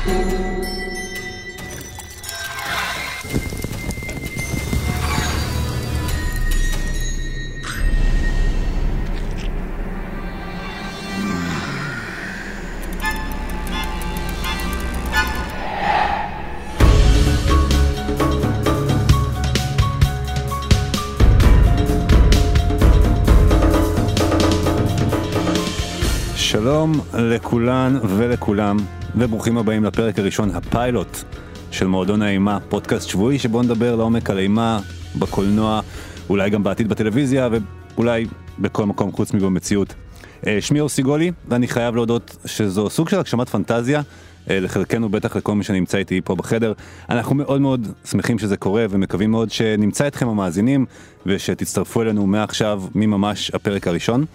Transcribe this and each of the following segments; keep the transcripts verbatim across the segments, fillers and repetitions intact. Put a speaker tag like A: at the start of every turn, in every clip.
A: שלום לכולן ולכולם, וברוכים הבאים לפרק הראשון, הפיילוט של מועדון האימה, פודקאסט שבועי שבו נדבר לעומק על אימה בקולנוע, אולי גם בעתיד בטלוויזיה, ואולי בכל מקום חוץ מבמציאות. שמי אור סיגולי, ואני חייב להודות שזו סוג של הגשמת פנטזיה, לחלקנו בטח לכל מי שנמצא איתי פה בחדר. אנחנו מאוד מאוד שמחים שזה קורה, ומקווים מאוד שנמצא אתכם המאזינים, ושתצטרפו אלינו מעכשיו מממש הפרק הראשון.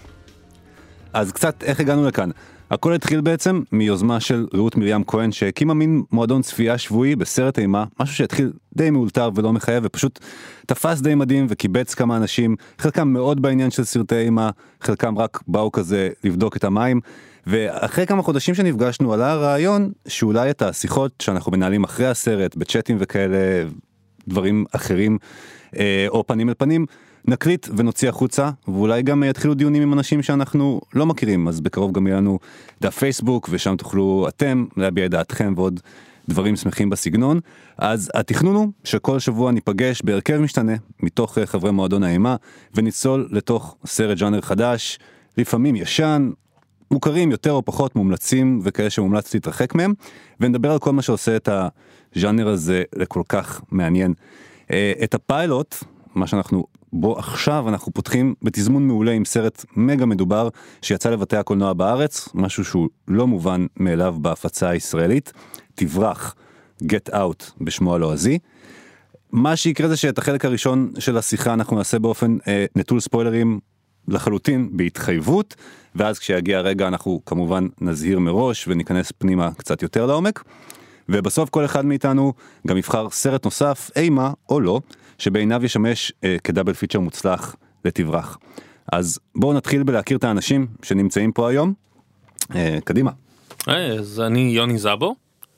A: אז קצת איך הגענו לכאן. הכל התחיל בעצם מיוזמה של רעות מרים כהן, שהקימה מין מועדון צפייה שבועי בסרט אימה, משהו שהתחיל די מאולתר ולא מחייב, ופשוט תפס די מדהים וקיבץ כמה אנשים, חלקם מאוד בעניין של סרטי אימה, חלקם רק באו כזה לבדוק את המים, ואחרי כמה חודשים שנפגשנו עלה הרעיון שאולי את השיחות שאנחנו מנהלים אחרי הסרט, בצ'אטים וכאלה, דברים אחרים, או פנים אל פנים, נקליט ונוציא החוצה, ואולי גם יתחילו דיונים עם אנשים שאנחנו לא מכירים, אז בקרוב גם יהיה לנו דף פייסבוק, ושם תוכלו אתם להביע את דעתכם ועוד דברים שמחים בסגנון. אז התכנון הוא שכל שבוע ניפגש בהרכב משתנה, מתוך חברי מועדון האימה, וניצול לתוך סרט ז'אנר חדש, לפעמים ישן, מוכרים יותר או פחות, מומלצים וכאלה שמומלץ להתרחק מהם, ונדבר על כל מה שעושה את הז'אנר הזה לכל כך מעניין. את הפיילוט, מה שאנחנו בו עכשיו אנחנו פותחים בתזמון מעולה עם סרט מגה מדובר שיצא לבתי הקולנוע בארץ, משהו שהוא לא מובן מאליו בהפצה הישראלית, תברח, Get Out בשמו הלועזי. מה שיקרה זה שאת החלק הראשון של השיחה אנחנו נעשה באופן אה, נטול ספוילרים לחלוטין בהתחייבות, ואז כשיגיע הרגע אנחנו כמובן נזהיר מראש וניכנס פנימה קצת יותר לעומק, ובסוף כל אחד מאיתנו גם יבחר סרט נוסף, אימה או לא, שבעיניו ישמש אה, כדאבל פיצ'ר מוצלח לתברח. אז בואו נתחיל בלהכיר את האנשים שנמצאים פה היום. אה, קדימה.
B: היי, אז אני יוני זאבו.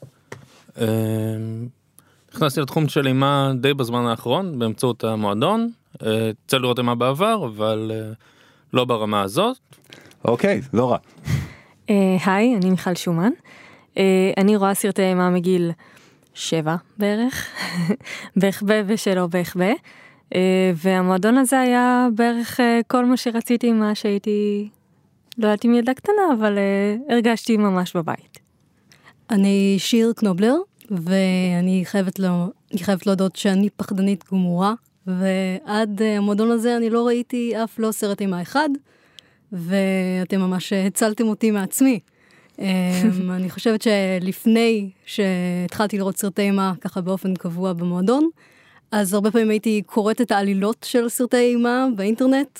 B: אה, נכנסתי לתחום של אימה די בזמן האחרון, באמצעות המועדון. אה, צא לראות אימה בעבר, אבל אה, לא ברמה הזאת.
A: אוקיי, לא רע.
C: אה, היי, אני מיכל שומן. אה, אני רואה סרטי אימה מגיל שבע בערך, בהחבא ושלא בהחבא, והמועדון הזה היה בערך כל מה שרציתי, מה שהייתי, לא יודעת אם ילדה קטנה, אבל הרגשתי ממש בבית.
D: אני שיר קנובלר, ואני חייבת, לא, חייבת להודות שאני פחדנית גמורה, ועד המועדון הזה אני לא ראיתי אף לא סרט אימה אחד, ואתם ממש הצלתם אותי מעצמי. אני חושבת שלפני שהתחלתי לראות סרטי אימה ככה באופן קבוע במועדון, אז הרבה פעמים הייתי קוראת את העלילות של סרטי אימה באינטרנט,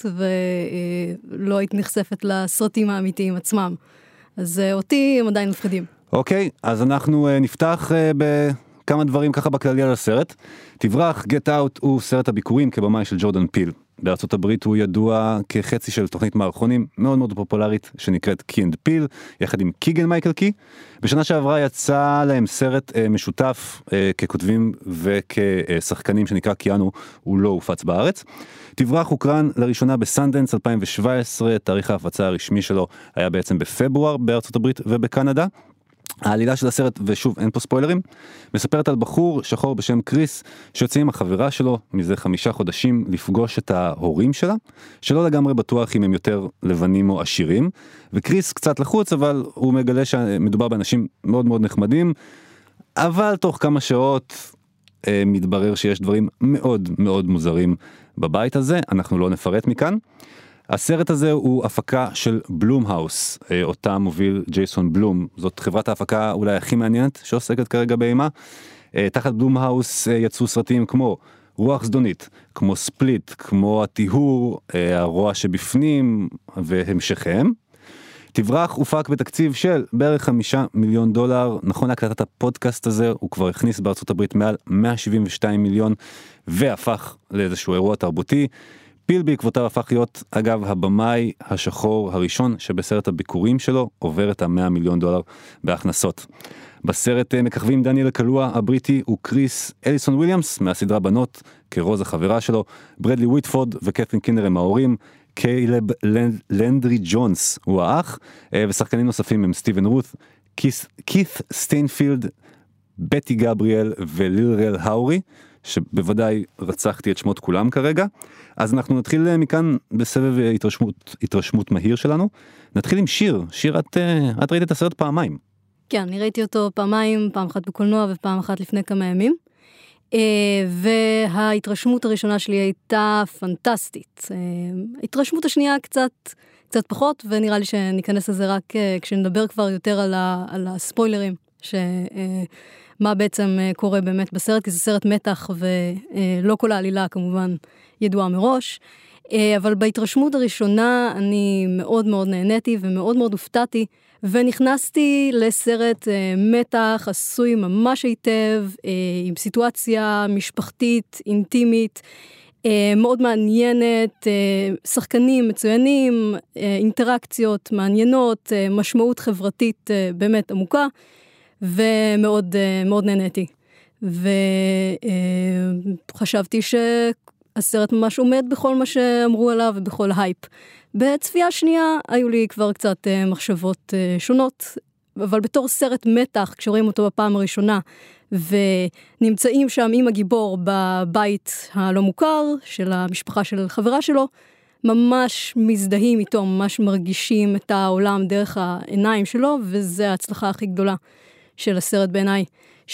D: ולא הייתי נחשפת לסרטים האמיתיים עצמם. אז אותי הם עדיין מפחידים.
A: אוקיי, אז אנחנו נפתח בכמה דברים ככה בכללי על הסרט. תברח, Get Out הוא סרט הביקורים כבמאי של ג'ורדן פיל. בארצות הברית הוא ידוע כחצי של תוכנית מערכונים מאוד מאוד פופולרית שנקראת קי אנד פיל, יחד עם קיגן מייקל קי. בשנה שעברה יצא להם סרט אה, משותף אה, ככותבים וכשחקנים שנקרא קיאנו, הוא לא הופץ בארץ. תברח הוקרן לראשונה בסנדנס אלפיים שבע עשרה, תאריך ההפצה הרשמי שלו היה בעצם בפברואר בארצות הברית ובקנדה. העלילה של הסרט, ושוב אין פה ספוילרים, מספרת על בחור שחור בשם קריס, שיוצא עם החברה שלו מזה חמישה חודשים לפגוש את ההורים שלה, שלא לגמרי בטוח אם הם יותר לבנים או עשירים, וקריס קצת לחוץ, אבל הוא מגלה שמדובר באנשים מאוד מאוד נחמדים, אבל תוך כמה שעות אה, מתברר שיש דברים מאוד מאוד מוזרים בבית הזה, אנחנו לא נפרט מכאן. הסרט הזה הוא הפקה של בלומהאוס, אותה מוביל ג'ייסון בלום, זאת חברת ההפקה אולי הכי מעניינת שעוסקת כרגע באימה. תחת בלומהאוס יצאו סרטים כמו רוח זדונית, כמו ספליט, כמו הטיהור, הרוע שבפנים והמשכיהם. תברח הופק בתקציב של בערך חמישה מיליון דולר, נכון להקלטת הפודקאסט הזה, הוא כבר הכניס בארצות הברית מעל מאה שבעים ושתיים מיליון, והפך לאיזשהו אירוע תרבותי. פיל בעקבותיו הפך להיות, אגב, הבמאי השחור הראשון שבסרט הביקורים שלו עובר את ה-מאה מיליון דולר בהכנסות. בסרט מככבים דניאל קלוע הבריטי וקריס אליסון וויליאמס מהסדרה בנות כרוז החברה שלו, ברדלי וויטפורד וקת'רין קינר הם ההורים, קיילב לנדרי ג'ונס הוא האח, ושחקנים נוספים הם סטיבן רות, כית' סטיינפילד, בטי גבריאל ולירל האורי, שבוודאי רצחתי את שמות כולם כרגע. אז אנחנו נתחיל מכאן בסבב התרשמות, התרשמות מהיר שלנו. נתחיל עם שיר. שיר, את, את ראית את הסרט פעמיים.
D: כן, אני ראיתי אותו פעמיים, פעם אחת בקולנוע ופעם אחת לפני כמה ימים. וההתרשמות הראשונה שלי הייתה פנטסטית. ההתרשמות השנייה קצת, קצת פחות, ונראה לי שניכנס לזה רק כשנדבר כבר יותר על, ה, על הספוילרים, שמה בעצם קורה באמת בסרט, כי זה סרט מתח ולא כל העלילה כמובן ידועה מראש. אבל בהתרשמות הראשונה אני מאוד מאוד נהניתי ומאוד מאוד הופתעתי, ונכנסתי לסרט מתח עשוי ממש היטב, עם סיטואציה משפחתית, אינטימית, מאוד מעניינת, שחקנים מצוינים, אינטראקציות מעניינות, משמעות חברתית באמת עמוקה, ומאוד מאוד נהניתי. וחשבתי שהסרט ממש עומד בכל מה שאמרו עליו ובכל ההייפ. בצפייה שנייה היו לי כבר קצת מחשבות שונות, אבל בתור סרט מתח, כשרואים אותו בפעם הראשונה, ונמצאים שם עם הגיבור בבית הלא מוכר של המשפחה של חברה שלו, ממש מזדהים איתו, ממש מרגישים את העולם דרך העיניים שלו, וזו ההצלחה הכי גדולה של הסרט בעיניי,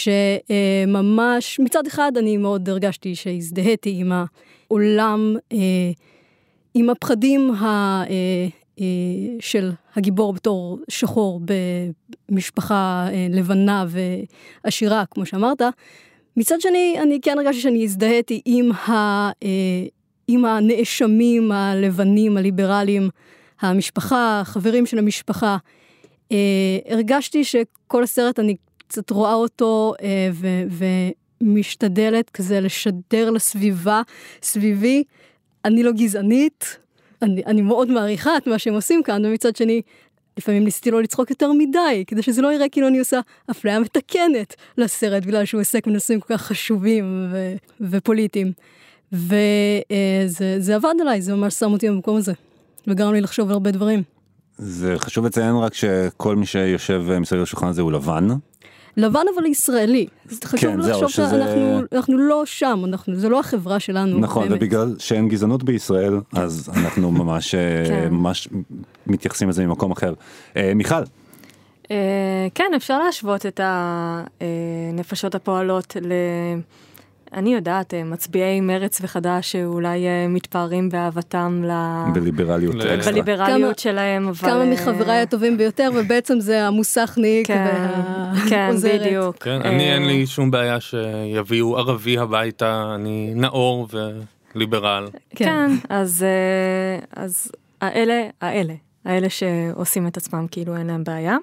D: שממש מצד אחד אני מאוד הרגשתי שהזדהיתי עם העולם, עם הפחדים ה, של הגיבור בתור שחור במשפחה לבנה ועשירה, כמו שאמרת. מצד שני, אני כן הרגשתי שאני הזדהיתי עם, ה, עם הנאשמים הלבנים, הליברליים, המשפחה, החברים של המשפחה. הרגשתי שכל הסרט אני קצת רואה אותו ו, ומשתדלת כזה לשדר לסביבה, סביבי. אני לא גזענית, אני, אני מאוד מעריכה את מה שהם עושים כאן, ומצד שני, לפעמים ניסיתי לא לצחוק יותר מדי, כדי שזה לא יראה כאילו אני עושה אפליה מתקנת לסרט, בגלל שהוא עוסק בנושאים כל כך חשובים ו, ופוליטיים. וזה זה עבד עליי, זה ממש שם אותי במקום הזה, וגרם לי לחשוב על הרבה דברים.
A: זה חשוב לציין רק שכל מי שיושב מסביב לשולחן הזה הוא לבן.
D: לבן אבל ישראלי. חשוב
A: כן,
D: לחשוב
A: שזה...
D: שאנחנו אנחנו לא שם, אנחנו, זה לא החברה שלנו.
A: נכון,
D: באמת.
A: ובגלל שאין גזענות בישראל, אז אנחנו ממש,
C: כן.
A: ממש מתייחסים לזה ממקום אחר. מיכל.
C: כן, אפשר להשוות את הנפשות הפועלות ל... אני יודעת, מצביעי מרץ וחדש שאולי מתפארים באהבתם ל...
A: בליברליות אקסטרה.
C: בליברליות שלהם, אבל...
D: כמה מחבריי הטובים ביותר, ובעצם זה המוסכניק והעוזרת.
C: כן, בדיוק.
B: כן, אני אין לי שום בעיה שיביאו ערבי הביתה, אני נאור וליברל.
C: כן, אז האלה, האלה, האלה שעושים את עצמם כאילו אין להם בעיה.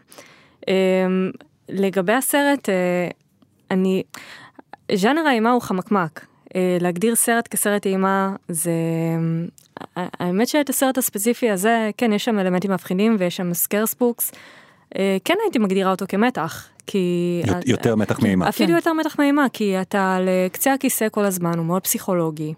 C: לגבי הסרט, אני... ז'אנר האימה הוא חמקמק. להגדיר סרט כסרט אימה, זה... האמת שאת הסרט הספציפי הזה, כן, יש שם אלמנטים מבחינים, ויש שם סקרספוקס. כן הייתי מגדירה אותו כמתח, כי...
A: יותר מתח מאימה.
C: אפילו יותר מתח מאימה, כי אתה לקצה הכיסא כל הזמן, הוא מאוד פסיכולוגי.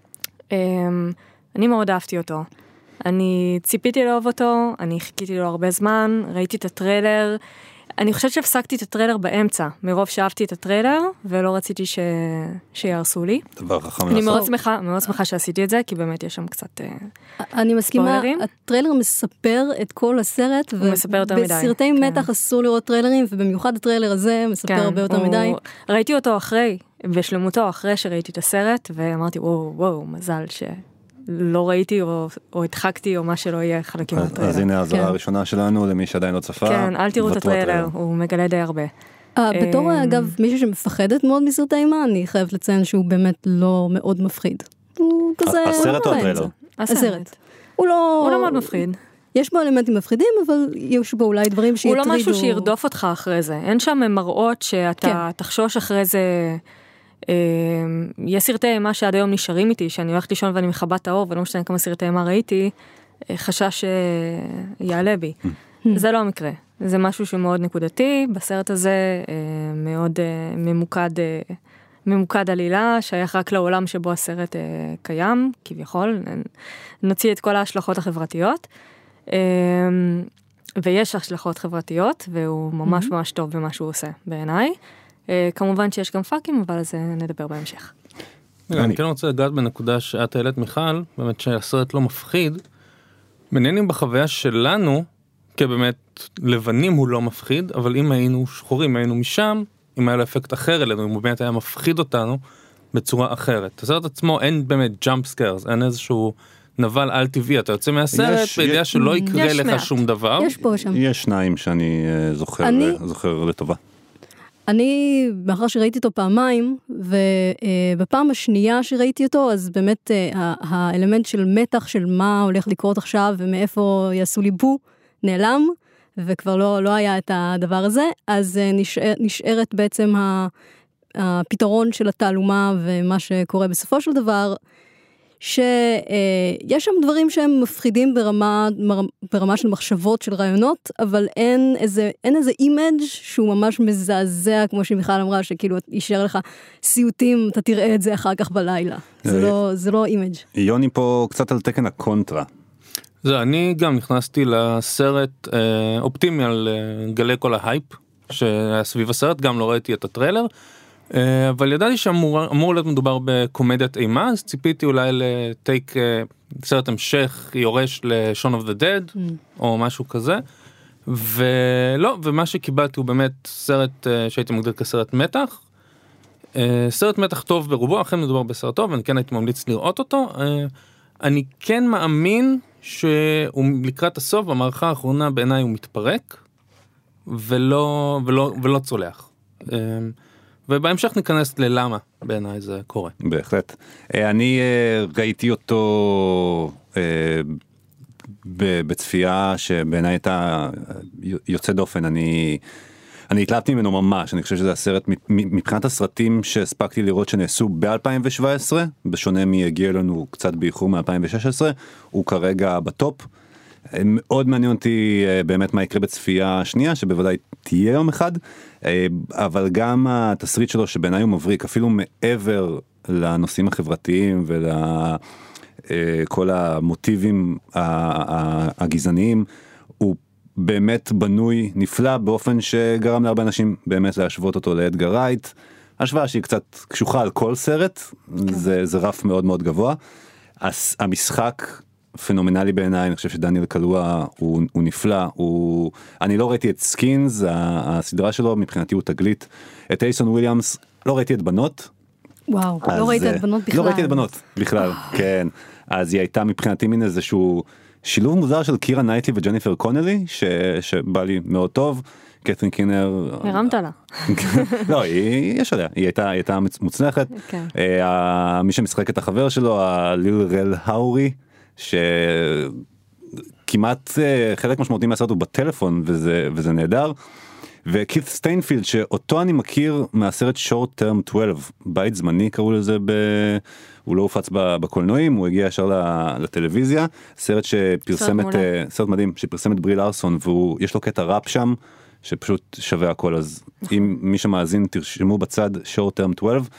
C: אני מאוד אהבתי אותו. אני ציפיתי לאהוב אותו, אני חיכיתי לו הרבה זמן, ראיתי את הטריילר, אני חושבת שהפסקתי את הטריילר באמצע, מרוב שאהבתי את הטריילר, ולא רציתי ש... שיערסו לי.
A: דבר חכם
C: אני
A: לעשות.
C: מאוד שמחה, מאוד שמחה שעשיתי את זה, כי באמת יש שם קצת
D: אני מסכימה,
C: ספוילרים.
D: הטריילר מספר את כל הסרט,
C: הוא מספר יותר מדי.
D: ובסרטי
C: כן.
D: מתח אסור לראות טריילרים, ובמיוחד הטריילר הזה מספר
C: כן,
D: הרבה יותר
C: הוא...
D: מדי.
C: ראיתי אותו אחרי, בשלמותו אחרי שראיתי את הסרט, ואמרתי, וואו, וואו, מזל ש... לא ראיתי או, או הדחקתי או מה שלא יהיה חלקים מהטריילר.
A: אז הנה ההזרה
D: כן.
A: הראשונה שלנו למי שעדיין לא צפה.
C: כן, אל תראו את הטריילר, הוא מגלה די הרבה.
D: בתור אגב מישהו שמפחדת מאוד מסרטי אימה, אני חייבת לציין שהוא באמת לא מאוד מפחיד. הוא כזה...
A: הסרט או הטריילר?
C: הסרט.
D: הוא לא...
C: הוא לא מאוד מפחיד.
D: יש בו אלמנטים מפחידים, אבל יש בו אולי דברים שיטרידו...
C: הוא לא משהו שירדוף אותך אחרי זה. אין שם מראות שאתה תחשוש אחרי זה... יש סרטי אימה שעד היום נשארים איתי, שאני הולכת לישון ואני מכבה את האור, ולא משנה כמה סרטי אימה ראיתי, חשש שיעלה בי. זה לא המקרה. זה משהו שמאוד נקודתי, בסרט הזה מאוד ממוקד, ממוקד עלילה, שייך רק לעולם שבו הסרט קיים, כביכול, נוציא את כל ההשלכות החברתיות, ויש השלכות חברתיות, והוא ממש ממש טוב במה שהוא עושה בעיניי. כמובן שיש גם פאקים, אבל על זה נדבר בהמשך.
B: אני כן רוצה לגעת בנקודה שאת העלית מיכל, באמת שהסרט לא מפחיד, מעניינים בחוויה שלנו, כי באמת לבנים הוא לא מפחיד, אבל אם היינו שחורים, היינו משם, אם היה לו אפקט אחר אלינו, אם הוא באמת היה מפחיד אותנו בצורה אחרת. הסרט עצמו אין באמת ג'אמפ סקיירס, אין איזשהו נבל על טבעי, אתה יוצא מהסרט בידיעה שלא יקרה לך שום דבר.
D: יש פה ושם.
A: יש שניים שאני זוכר,
D: אני...
A: זוכר לטובה.
D: אני, מאחר שראיתי אותו פעמיים, ובפעם השנייה שראיתי אותו, אז באמת האלמנט של מתח של מה הולך לקרות עכשיו, ומאיפה יעשו לי בו, נעלם, וכבר לא, לא היה את הדבר הזה, אז נשאר, נשארת בעצם הפתרון של התעלומה, ומה שקורה בסופו של דבר, שיש שם דברים שהם מפחידים ברמה, ברמה של מחשבות, של רעיונות, אבל אין איזה, אין איזה אימג' שהוא ממש מזעזע, כמו שמיכל אמרה, שכאילו יישאר לך סיוטים, אתה תראה את זה אחר כך בלילה. זה לא, זה לא אימג'.
A: יוני פה קצת על תקן הקונטרה.
B: זה, אני גם נכנסתי לסרט אה, אופטימי על אה, גלי כל ההייפ, שהיה סביב הסרט, גם לא ראיתי את הטריילר, אבל ידעתי שאמור להיות מדובר בקומדיית אימה, אז ציפיתי אולי לטייק סרט המשך יורש לשון אוף דה דד, או משהו כזה, ולא, ומה שקיבלתי הוא באמת סרט שהייתי מגדיר כסרט מתח, סרט מתח טוב ברובו, אכן מדובר בסרט טוב, ואני כן הייתי ממליץ לראות אותו, אני כן מאמין שהוא לקראת הסוף, במערכה האחרונה בעיניי הוא מתפרק, ולא, ולא, ולא צולח. ובהמשך ניכנס ללמה בעיניי זה קורה.
A: בהחלט. אני ראיתי אותו בצפייה שבעיניי הייתה יוצא דופן. אני אני התלהבתי ממנו ממש. אני חושב שזה הסרט מבחינת הסרטים שהספקתי לראות שנעשו ב-אלפיים שבע עשרה, בשונה מהגיע לנו קצת באיחור מ-אלפיים ושש עשרה, הוא כרגע בטופ. מאוד מעניין אותי באמת מה יקרה בצפייה השנייה, שבוודאי תהיה יום אחד, אבל גם התסריט שלו שבעיניי הוא מבריק, אפילו מעבר לנושאים החברתיים ולכל המוטיבים הגזעניים, הוא באמת בנוי נפלא באופן שגרם להרבה אנשים באמת להשוות אותו לאדגר רייט, השוואה שהיא קצת קשוחה על כל סרט, זה, זה רף מאוד מאוד גבוה. המשחק פנומנלי בעיניי, אני חושב שדניאל קלוע הוא, הוא נפלא, הוא... אני לא ראיתי את סקינס, הסדרה שלו מבחינתי הוא תגלית, את אייסון וויליאמס, לא ראיתי את בנות.
D: וואו, לא ראית את בנות בכלל.
A: לא ראיתי את בנות בכלל, כן. אז היא הייתה מבחינתי מין איזשהו שילוב מוזר של קירה נייטלי וג'ניפר קונלי, ש... שבא לי מאוד טוב, קתרין קינר.
C: הרמת לה.
A: לא, היא, יש עליה, היא הייתה, היא הייתה מוצלחת.
C: כן.
A: מי שמשחק את החבר שלו, הליל רל האורי, שכמעט חלק משמעותי מהסרט הוא בטלפון, וזה, וזה נהדר. וכית סטיינפילד, שאותו אני מכיר מהסרט שורט טרם שתים עשרה, בית זמני קראו לזה, ב... הוא לא הופץ בקולנועים, הוא הגיע ישר לטלוויזיה, סרט שפרסם את, סרט מדהים, שפרסם את ברי לארסון, ויש לו קטע ראפ שם, שפשוט שווה הכל, אז אם מי שמאזין תרשמו בצד שורט טרם שתים עשרה,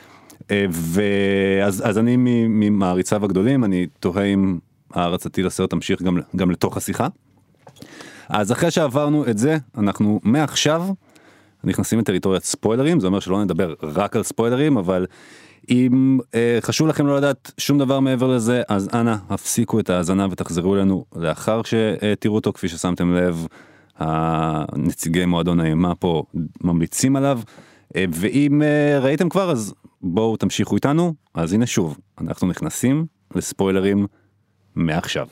A: ואז אז אני ממעריציו הגדולים, אני תוהה אם הערצתי לסרט תמשיך גם, גם לתוך השיחה. אז אחרי שעברנו את זה, אנחנו מעכשיו נכנסים לטריטוריית ספוילרים, זה אומר שלא נדבר רק על ספוילרים, אבל אם אה, חשוב לכם לא לדעת שום דבר מעבר לזה, אז אנא, הפסיקו את ההאזנה ותחזרו אלינו לאחר שתראו אותו, כפי ששמתם לב, הנציגי מועדון האימה פה ממליצים עליו, אה, ואם אה, ראיתם כבר, אז בואו תמשיכו איתנו. אז הנה שוב, אנחנו נכנסים לספוילרים מעכשיו.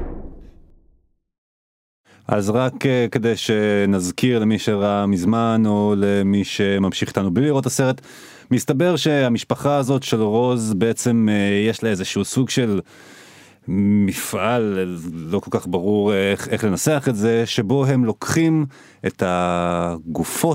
A: אז רק uh, כדי שנזכיר למי שראה מזמן או למי שממשיך איתנו בלי לראות הסרט, מסתבר שהמשפחה הזאת של רוז בעצם uh, יש לה איזשהו סוג של מפעל, לא כל כך ברור איך, איך לנסח את זה, שבו הם לוקחים את הגופות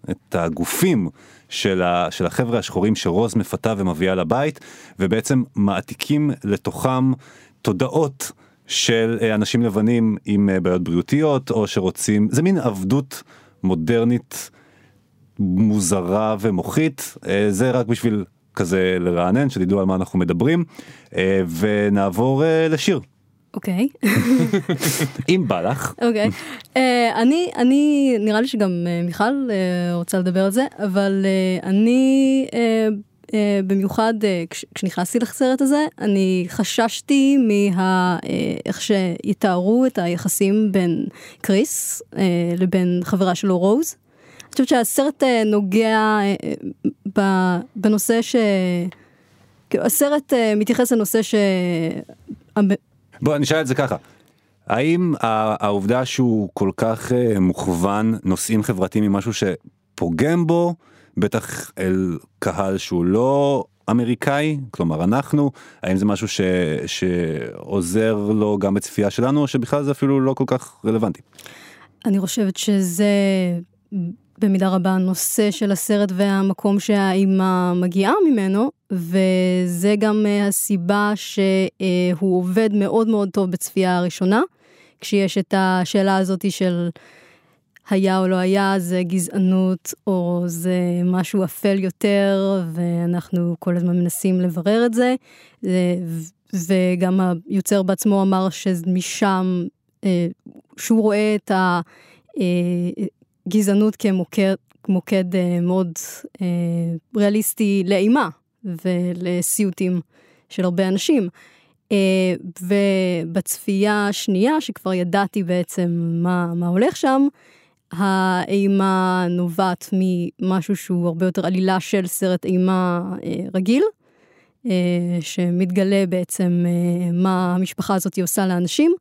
A: את הגופים של, ה, של החבר'ה השחורים שרוז מפתה ומביאה לבית, ובעצם מעתיקים לתוכם תודעות של אנשים לבנים עם בעיות בריאותיות, או שרוצים, זה מין עבדות מודרנית מוזרה ומוחית, זה רק בשביל כזה לרענן, שתדעו על מה אנחנו מדברים, ונעבור לשיר.
D: אוקיי.
A: אם בא לך.
D: אוקיי. אני, אני, נראה לי שגם מיכל רוצה לדבר על זה, אבל אני, במיוחד כשנכנסתי לסרט הזה, אני חששתי מה, איך שיתארו את היחסים בין קריס לבין חברה שלו רוז. אני חושבת שהסרט נוגע בנושא ש... הסרט מתייחס לנושא ש...
A: בוא נשאל את זה ככה, האם העובדה שהוא כל כך מוכוון נושאים חברתיים ממשהו שפוגם בו, בטח אל קהל שהוא לא אמריקאי, כלומר אנחנו, האם זה משהו ש... שעוזר לו גם בצפייה שלנו, או שבכלל זה אפילו לא כל כך רלוונטי?
D: אני חושבת שזה במידה רבה הנושא של הסרט והמקום שהאימה מגיעה ממנו, וזה גם הסיבה שהוא עובד מאוד מאוד טוב בצפייה הראשונה, כשיש את השאלה הזאת של היה או לא היה, זה גזענות או זה משהו אפל יותר, ואנחנו כל הזמן מנסים לברר את זה, וגם היוצר בעצמו אמר שמשם, שהוא רואה את הגזענות כמוקד, מוקד מאוד ריאליסטי לאימה, ולסיוטים של הרבה אנשים. ובצפייה השנייה, שכבר ידעתי בעצם מה, מה הולך שם, האימה נובעת ממשהו שהוא הרבה יותר עלילה של סרט אימה רגיל, שמתגלה בעצם מה המשפחה הזאת עושה לאנשים,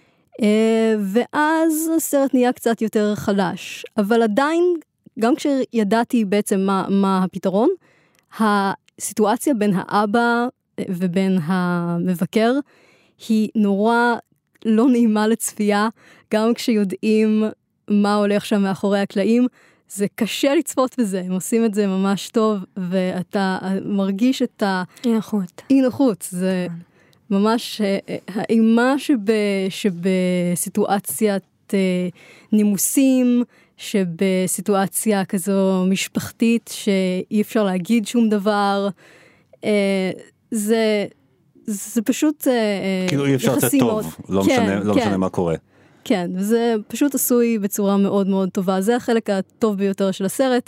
D: ואז הסרט נהיה קצת יותר חלש. אבל עדיין, גם כשידעתי בעצם מה, מה הפתרון, הסיטואציה בין האבא ובין המבקר היא נורא לא נעימה לצפייה, גם כשיודעים מה הולך שם מאחורי הקלעים, זה קשה לצפות בזה, הם עושים את זה ממש טוב, ואתה מרגיש את
C: האי-נוחות.
D: אי-נוחות, זה ממש האימה שב, שבסיטואציית נימוסים, שבסיטואציה כזו משפחתית, שאי אפשר להגיד שום דבר, זה, זה פשוט
A: כאילו אי אפשר לצאת טוב, לא משנה, לא משנה מה קורה.
D: כן, וזה פשוט עשוי בצורה מאוד מאוד טובה. זה החלק הטוב ביותר של הסרט,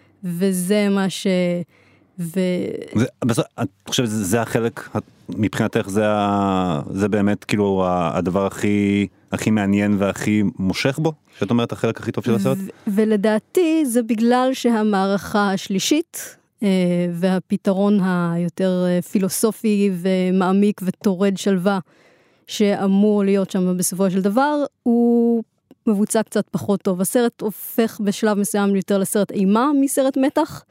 D: וזה מה ש... ו...
A: זה, בסדר, אני חושב שזה החלק, מבחינתך זה, ה... זה באמת כאילו הדבר הכי, הכי מעניין והכי מושך בו, שאת אומרת החלק הכי טוב של הסרט?
D: ו- ולדעתי זה בגלל שהמערכה השלישית, והפתרון היותר פילוסופי ומעמיק וטורד שלווה, שאמור להיות שם בסופו של דבר, הוא מבוצע קצת פחות טוב. הסרט הופך בשלב מסוים יותר לסרט אימה מסרט מתח,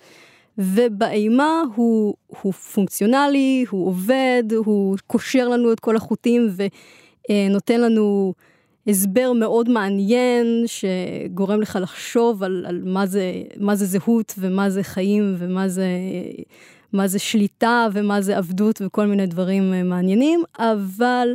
D: ובאימה הוא, הוא פונקציונלי, הוא עובד, הוא קושר לנו את כל החוטים, ונותן לנו הסבר מאוד מעניין, שגורם לך לחשוב על, על מה זה, מה זה זהות, ומה זה חיים, ומה זה, מה זה שליטה, ומה זה עבדות, וכל מיני דברים מעניינים, אבל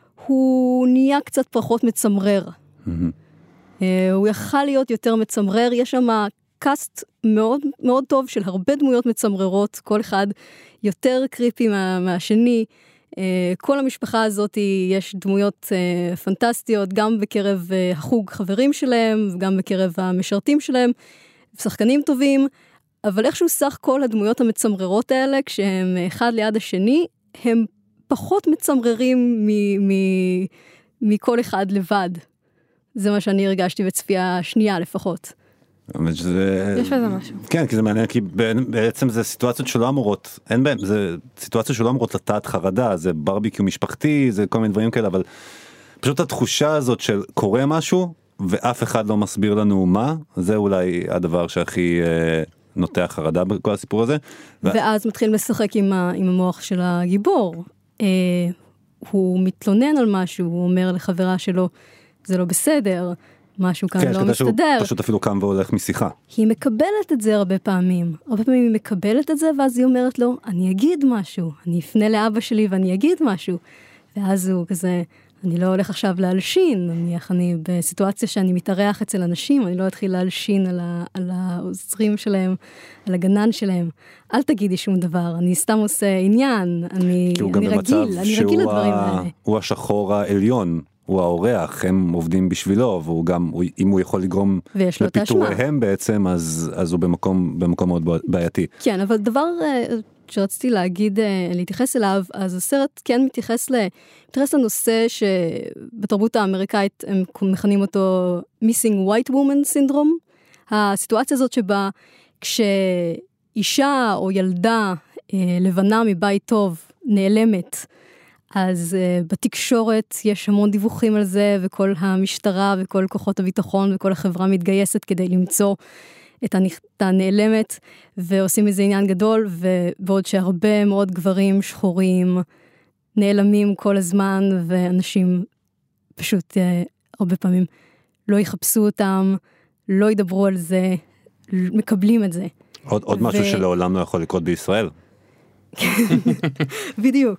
D: הוא נהיה קצת פחות מצמרר. Mm-hmm. הוא יכל להיות יותר מצמרר, יש שם קאסט מאוד, מאוד טוב של הרבה דמויות מצמררות, כל אחד יותר קריפי מה, מהשני, כל המשפחה הזאת יש דמויות פנטסטיות, גם בקרב החוג חברים שלהם, וגם בקרב המשרתים שלהם, שחקנים טובים, אבל איכשהו סך כל הדמויות המצמררות האלה, כשהם אחד ליד השני, הם פחות מצמררים מ- מ- מכל אחד לבד. זה מה שאני הרגשתי בצפייה שנייה לפחות.
A: שזה...
C: יש בזה משהו.
A: כן, כי זה מעניין, כי בעצם זה סיטואציות שלא אמורות, אין בהם, זה סיטואציות שלא אמורות לטעת חרדה, זה ברביקיו משפחתי, זה כל מיני דברים כאלה, אבל פשוט התחושה הזאת של קורה משהו, ואף אחד לא מסביר לנו מה, זה אולי הדבר שהכי אה, נוטע חרדה בכל הסיפור הזה.
D: ואז מתחיל לשחק עם, ה, עם המוח של הגיבור. אה, הוא מתלונן על משהו, הוא אומר לחברה שלו, זה לא בסדר, משהו כאן
A: כן,
D: לא
A: כדי שהוא
D: מסתדר.
A: פשוט אפילו קם והולך משיחה.
D: היא מקבלת את זה הרבה פעמים. הרבה פעמים היא מקבלת את זה, ואז היא אומרת לו, אני אגיד משהו, אני אפנה לאבא שלי ואני אגיד משהו. ואז הוא כזה, אני לא הולך עכשיו להלשין, אני, אני בסיטואציה שאני מתארח אצל אנשים, אני לא אתחיל להלשין על, ה, על העוזרים שלהם, על הגנן שלהם. אל תגידי שום דבר, אני סתם עושה עניין, אני, אני רגיל, אני רגיל לדברים האלה.
A: הוא השחור העליון, הוא האורח, הם עובדים בשבילו, והוא גם, אם הוא יכול לגרום לפיטוריהם בעצם, אז, אז הוא במקום, במקום מאוד בעייתי.
D: כן, אבל דבר שרציתי להגיד, להתייחס אליו, אז הסרט כן מתייחס, ל, מתייחס לנושא שבתרבות האמריקאית הם מכנים אותו missing white woman syndrome, הסיטואציה הזאת שבה כשאישה או ילדה לבנה מבית טוב נעלמת, אז uh, בתקשורת יש המון דיווחים על זה, וכל המשטרה וכל כוחות הביטחון וכל החברה מתגייסת כדי למצוא את הנעלמת, ועושים איזה עניין גדול, ובעוד שהרבה מאוד גברים שחורים נעלמים כל הזמן, ואנשים פשוט uh, הרבה פעמים לא יחפשו אותם, לא ידברו על זה, מקבלים את זה.
A: עוד, עוד ו... משהו שלעולם לא יכול לקרות בישראל.
D: בדיוק.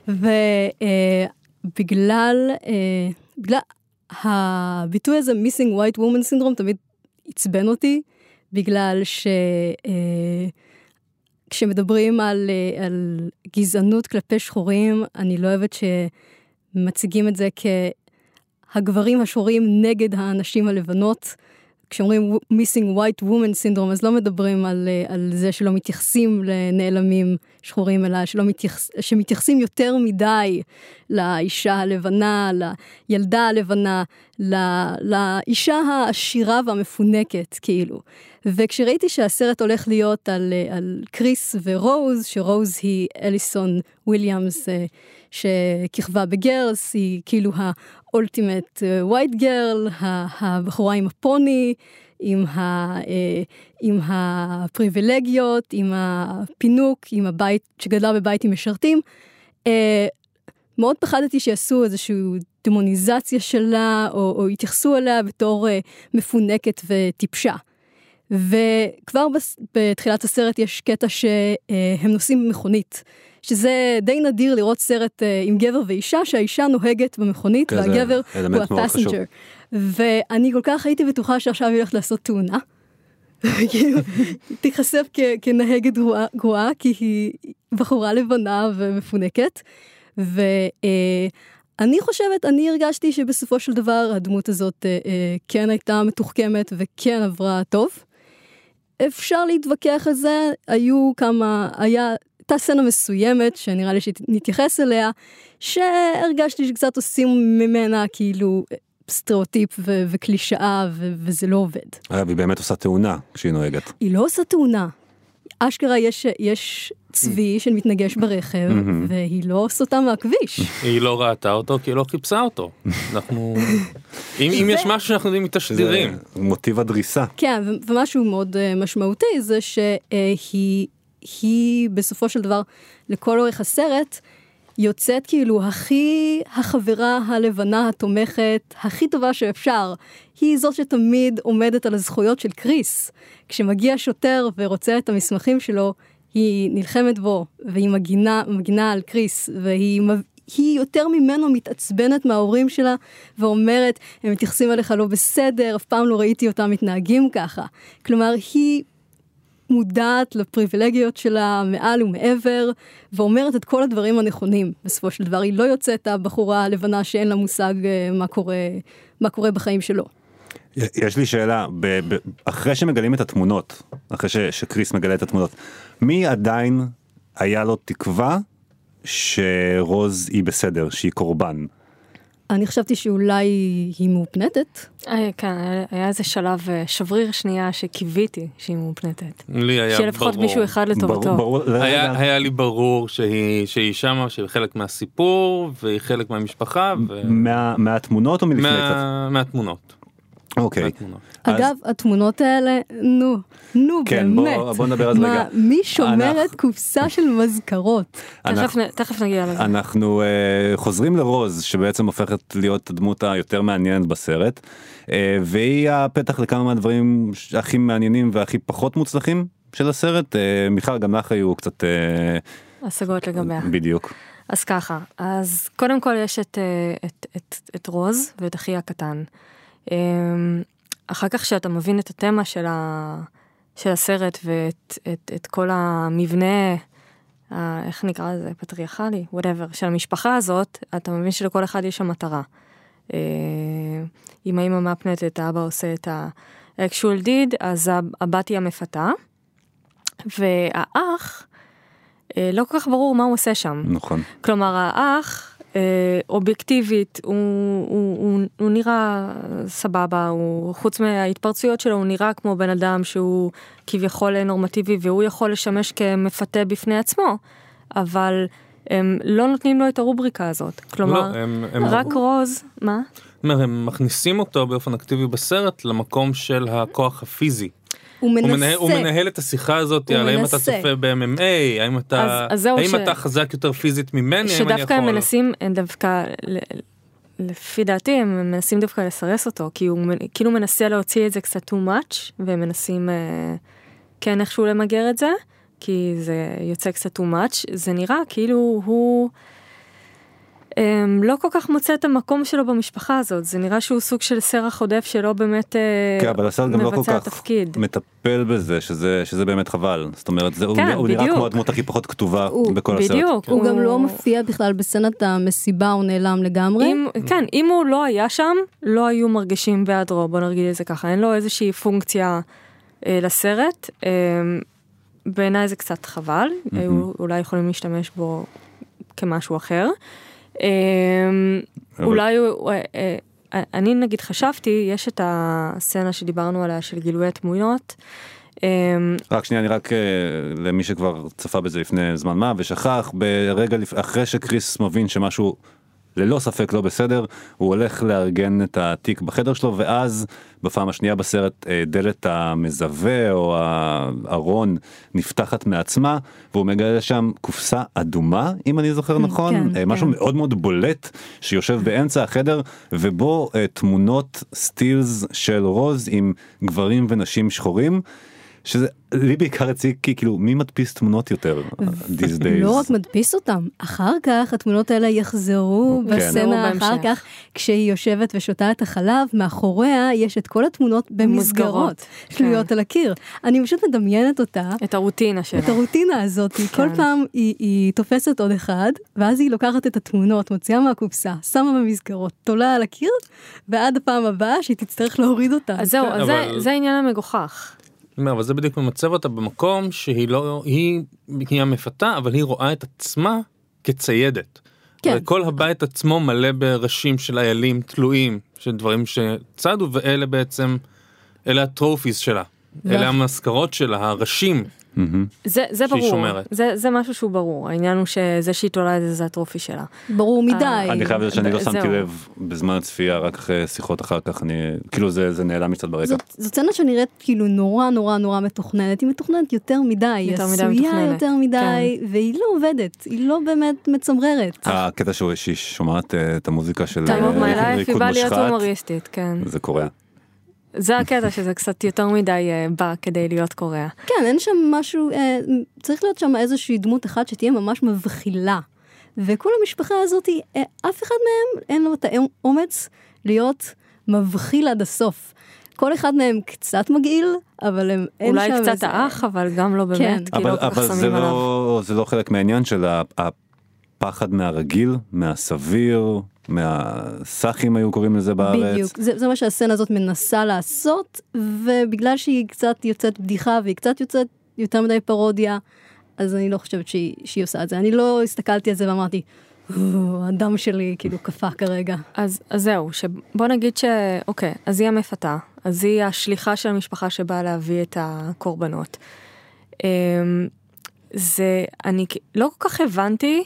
D: ובגלל בגלל הביטוי הזה missing white woman syndrome תמיד עצבן אותי, בגלל ש כשמדברים על על גזענות כלפי שחורים, אני לא אוהבת שמציגים את זה כהגברים השחורים נגד האנשים הלבנות. כשאומרים missing white woman syndrome, אז לא מדברים על, על זה שלא מתייחסים לנעלמים שחורים, אלא שלא מתייחס, שמתייחסים יותר מדי לאישה הלבנה, לילדה הלבנה, לא, לאישה העשירה והמפונקת, כאילו. וכשראיתי שהסרט הולך להיות על, על קריס ורוז, שרוז היא אליסון וויליאמס, שכיכבה בגרס, היא כאילו האולטימט ווייט גרל, הבחורה עם הפוני, עם, ה, עם הפריבילגיות, עם הפינוק, עם הבית, שגדלה בבית עם משרתים. מאוד פחדתי שיעשו איזושהי דמוניזציה שלה, או, או יתייחסו אליה בתור מפונקת וטיפשה. וכבר בתחילת הסרט יש קטע שהם נוסעים במכונית, שזה די נדיר לראות סרט עם גבר ואישה, שהאישה נוהגת במכונית, והגבר הוא הפסנג'ר. ואני כל כך הייתי בטוחה שעכשיו היא הולכת לעשות תאונה. תיחשף כנהגת גרועה, כי היא בחורה לבנה ומפונקת. ואני חושבת, אני הרגשתי שבסופו של דבר הדמות הזאת כן הייתה מתוחכמת וכן עברה טוב. אפשר להתווכח על זה, היו כמה, היה, הייתה סצנה מסוימת, שנראה לי שנתייחס אליה, שהרגשתי שקצת עושים ממנה כאילו סטריאוטיפ ו- וקלישאה, ו- וזה לא עובד.
A: והיא באמת עושה תאונה כשהיא נוהגת.
D: היא לא עושה תאונה. אשכרה יש, יש צבי שמתנגש ברכב, והיא לא סוטה מהכביש.
B: היא לא ראתה אותו, כי היא לא חיפשה אותו. אנחנו... אם יש משהו שאנחנו יודעים מתשדירים.
A: זה מוטיב הדריסה.
D: כן, ומשהו מאוד משמעותי זה שהיא בסופו של דבר, לכל אורך הסרט, יוצאת כאילו הכי החברה הלבנה התומכת, הכי טובה שאפשר. היא זאת שתמיד עומדת על הזכויות של קריס. כשמגיע שוטר ורוצה את המסמכים שלו, היא נלחמת בו, והיא מגינה, מגינה על קריס, והיא היא יותר ממנו מתעצבנת מההורים שלה, ואומרת, הם מתייחסים עליך לא בסדר, אף פעם לא ראיתי אותם מתנהגים ככה. כלומר, היא מודעת לפריבילגיות שלה מעל ומעבר, ואומרת את כל הדברים הנכונים. בסופו של דבר, היא לא יוצאת הבחורה הלבנה שאין לה מושג מה קורה, מה קורה בחיים שלו.
A: יש לי שאלה, ב- ב- אחרי שמגלים את התמונות, אחרי ש- שקריס מגלה את התמונות, מי עדיין היה לו תקווה שרוז היא בסדר, שהיא קורבן?
D: אני חשבתי שאולי היא מאופנתת.
C: כן, היה איזה שלב שבריר שנייה שקיוויתי שהיא מאופנתת.
B: לי היה ברור.
C: שלפחות מישהו אחד לטובתו.
B: היה לי ברור שהיא שמה, שהיא חלק מהסיפור, והיא חלק מהמשפחה.
A: מהתמונות או מלפני קצת?
B: מהתמונות.
A: אוקיי.
D: אגב, התמונות האלה, נו, נו
A: כן,
D: באמת.
A: בוא, בוא נדבר על זה רגע.
D: מה, מי שומרת
A: אנחנו-
D: קופסה של מזכרות?
C: תכף נ- תכף נגיע לזה.
A: אנחנו uh, חוזרים לרוז, שבעצם הופכת להיות הדמות היותר מעניינת בסרט, uh, והיא הפתח לכמה מהדברים הכי מעניינים והכי פחות מוצלחים של הסרט. uh, מיכל, גם לך היו קצת... Uh,
C: השגות לגביה.
A: בדיוק.
C: אז ככה, אז קודם כל יש את, אה, את, את, את רוז ואת אחי הקטן. אה, אחר כך שאתה מבין את התמה של, ה, של הסרט ואת את, את כל המבנה, ה, איך נקרא לזה, פטריארכלי, whatever, של המשפחה הזאת, אתה מבין שלכל אחד יש שם מטרה. אה, אם האמא מהפנטת, האבא עושה את ה-actual deed, אז הבת היא המפתה, והאח, לא כל כך ברור מה הוא עושה שם.
A: נכון.
C: כלומר, האח, אובייקטיבית, הוא, הוא, הוא, הוא נראה סבבה, הוא, חוץ מההתפרצויות שלו, הוא נראה כמו בן אדם שהוא כביכול נורמטיבי, והוא יכול לשמש כמפתה בפני עצמו, אבל הם לא נותנים לו את הרובריקה הזאת. כלומר,
B: לא, הם, הם
C: רק
B: הם...
C: רוז, מה?
B: אומר, הם מכניסים אותו באופן אקטיבי בסרט למקום של הכוח הפיזי.
D: הוא מנסה.
B: הוא מנהל, הוא מנהל את השיחה הזאת, על האם אתה צופה ב-אם אם איי, האם אתה,
C: אז, אז האם
B: ש... אתה חזק יותר פיזית ממני, האם אני יכול...
C: שדווקא הם מנסים, הם דווקא, לפי דעתי, הם מנסים דווקא לסרס אותו, כי הוא כאילו מנסה להוציא את זה קצת too much, והם מנסים כן איכשהו למגר את זה, כי זה יוצא קצת too much, זה נראה כאילו הוא... לא כל כך מוצא את המקום שלו במשפחה הזאת, זה נראה שהוא סוג של סרח עודף שלא באמת
A: כן, אבל הסרט גם לא כל כך
C: תפקיד.
A: מטפל בזה, שזה, שזה באמת חבל. זאת אומרת, זה,
C: כן,
A: הוא, הוא נראה כמו הדמות הכי פחות כתובה
D: הוא,
A: בכל
C: בדיוק,
A: הסרט.
D: הוא, הוא גם לא מופיע בכלל בסצנת המסיבה, הוא נעלם לגמרי.
C: אם, כן, אם הוא לא היה שם, לא היו מרגישים בהיעדרו, בוא נרגיל את זה ככה, אין לו איזושהי פונקציה אה, לסרט, אה, בעיניי זה קצת חבל, mm-hmm. היו אולי יכולים להשתמש בו כמשהו אחר. אולי, אני נגיד חשבתי, יש את הסצנה שדיברנו עליה של גילוי התמונות.
A: רק שנייה, אני רק למי שכבר צפה בזה לפני זמן מה ושכח, ברגע אחרי שקריס מבין שמשהו ללא ספק לא בסדר, הוא הולך לארגן את התיק בחדר שלו, ואז בפעם השנייה בסרט דלת המזווה או הארון נפתחת מעצמה, והוא מגלה שם קופסה אדומה, אם אני זוכר נכון,
D: כן,
A: משהו
D: כן.
A: מאוד מאוד בולט, שיושב באמצע החדר, ובו תמונות סטילס של רוז עם גברים ונשים שחורים, שזה לי בעיקר הציג כי כאילו מי מדפיס תמונות יותר these days.
D: לא רק מדפיס אותם, אחר כך התמונות האלה יחזרו בסצנה אחר כך, כשהיא יושבת ושותה את החלב, מאחוריה יש את כל התמונות במסגרות, תלויות על הקיר. אני פשוט מדמיינת אותה.
C: את הרוטינה שלה.
D: את הרוטינה הזאת, כל פעם היא תופסת עוד אחד, ואז היא לוקחת את התמונות, מוציאה מהקופסה, שמה במסגרות, תולה על הקיר, ועד הפעם הבאה שהיא תצטרך להוריד אותה.
C: אז זהו, זה העניין המגוחך.
B: אבל זה בדיוק ממצב אותה במקום שהיא לא, היא היא המפתה, אבל היא רואה את עצמה כציידת. כן. וכל הבית עצמו מלא בראשים של איילים תלויים, של דברים שצדו, ואלה בעצם, אלה הטרופיס שלה. אלה המזכרות שלה, הראשים.
C: זה, זה ברור, זה, זה משהו שהוא ברור, העניין הוא שזה שהיא תולה את זה, זה הטרופי שלה.
D: ברור מדי.
A: אני חייב לזה שאני לא שמתי לב בזמן הצפייה, רק אחרי שיחות אחר כך, אני, כאילו זה, זה נעלם מצד ברקע.
D: זאת, זאת סצנה שנראית כאילו נורא נורא נורא מתוכננת, היא מתוכננת יותר מדי, היא עשויה יותר מדי, והיא לא עובדת, היא לא באמת מצמררת.
A: הקטע שהיא שומעת את המוזיקה של
C: ריקוד מושחת,
A: זה קורה.
C: זה הקטע שזה קצת יותר מדי בא כדי להיות קורא.
D: כן, אין שם משהו, צריך להיות שם איזושהי דמות אחת שתהיה ממש מבחילה. וכל המשפחה הזאת, אף אחד מהם אין לו את האומץ להיות מבחיל עד הסוף. כל אחד מהם קצת מגעיל, אבל הם אין שם...
C: אולי קצת האח, אבל גם לא באמת, כי לא כל כך שמים עליו.
A: אבל זה לא חלק מהעניין של הפחד מהרגיל, מהסביר, מהסחים היו קוראים לזה בארץ.
D: בדיוק, זה, זה מה שהסצנה הזאת מנסה לעשות, ובגלל שהיא קצת יוצאת בדיחה, והיא קצת יוצאת יותר מדי פרודיה, אז אני לא חושבת שהיא, שהיא עושה את זה. אני לא הסתכלתי על זה ואמרתי, הדם שלי כאילו קפה כרגע.
C: אז, אז זהו, שבוא נגיד ש... אוקיי, אז היא המפתה, אז היא השליחה של המשפחה שבאה להביא את הקורבנות. זה, אני לא כל כך הבנתי,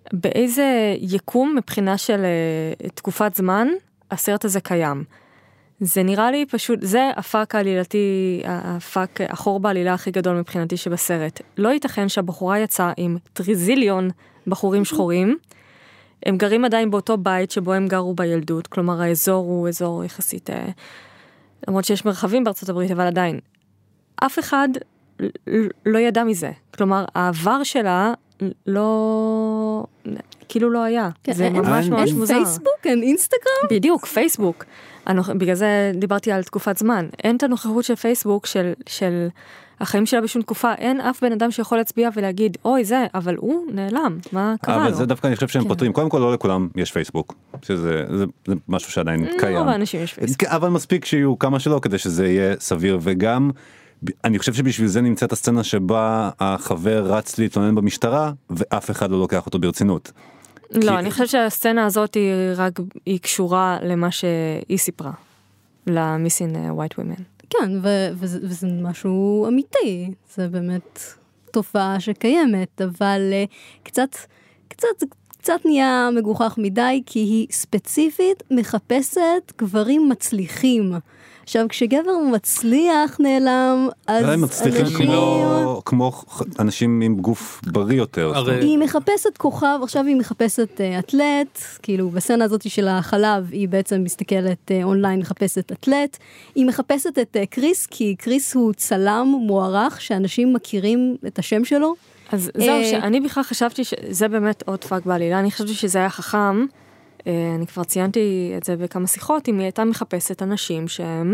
C: באיזה יקום מבחינה של uh, תקופת זמן הסרט הזה קיים. זה נראה לי פשוט, זה הפאק העלילתי, הפאק, החור בעלילה הכי גדול מבחינתי שבסרט. לא ייתכן שהבחורה יצאה עם טריזיליון בחורים שחורים, הם גרים עדיין באותו בית שבו הם גרו בילדות, כלומר האזור הוא אזור יחסית, למרות שיש מרחבים בארצות הברית, אבל עדיין. אף אחד לא ידע מזה. כלומר, העבר שלה לא, כאילו לא היה.
D: כן,
C: זה
D: אין,
C: ממש
D: אין,
C: ממש
D: אין
C: מוזר.
D: פייסבוק, אין אינסטגרם?
C: בדיוק, פייסבוק. אני, בגלל זה דיברתי על תקופת זמן. אין את הנוכחות של פייסבוק, של, של החיים שלה בשום תקופה. אין אף בן אדם שיכול להצביע ולהגיד, אוי זה, אבל הוא נעלם. מה קרה לו?
A: אבל זה דווקא אני חושב שהם
C: כן.
A: פותרים. קודם כל לא לכולם יש פייסבוק. שזה זה, זה משהו שעדיין קיים.
C: לא באנשים יש פייסבוק.
A: אבל מספיק שיהיו כמה שלא כדי שזה יהיה סביר, וגם אני חושב שבשביל זה נמצאת הסצנה שבה החבר רץ להתלונן במשטרה ואף אחד לא לוקח אותו ברצינות.
C: לא,
A: כי...
C: אני חושבת שהסצנה הזאת היא רק, היא קשורה למה שהיא סיפרה. ל-Missing White Women.
D: כן, ו- וזה, וזה משהו אמיתי. זה באמת תופעה שקיימת, אבל uh, קצת, קצת, קצת נהיה מגוחך מדי, כי היא ספציפית מחפשת גברים מצליחים. עכשיו, כשגבר מצליח נעלם, אז
A: הם מצליחים
D: אנשים...
A: כמו, כמו אנשים עם גוף בריא יותר.
B: הרי-
D: היא מחפשת כוכב, עכשיו היא מחפשת uh, אתלט, כאילו בסצנה הזאת של החלב, היא בעצם מסתכלת uh, אונליין, מחפשת אתלט. היא מחפשת את uh, קריס, כי קריס הוא צלם מוערך, שאנשים מכירים את השם שלו.
C: אז זהו, שאני בכלל חשבתי שזה באמת עוד פאק בעלילה, אני חשבתי שזה היה חכם, אני כבר ציינתי את זה בכמה שיחות, אם היא הייתה מחפשת אנשים שהם,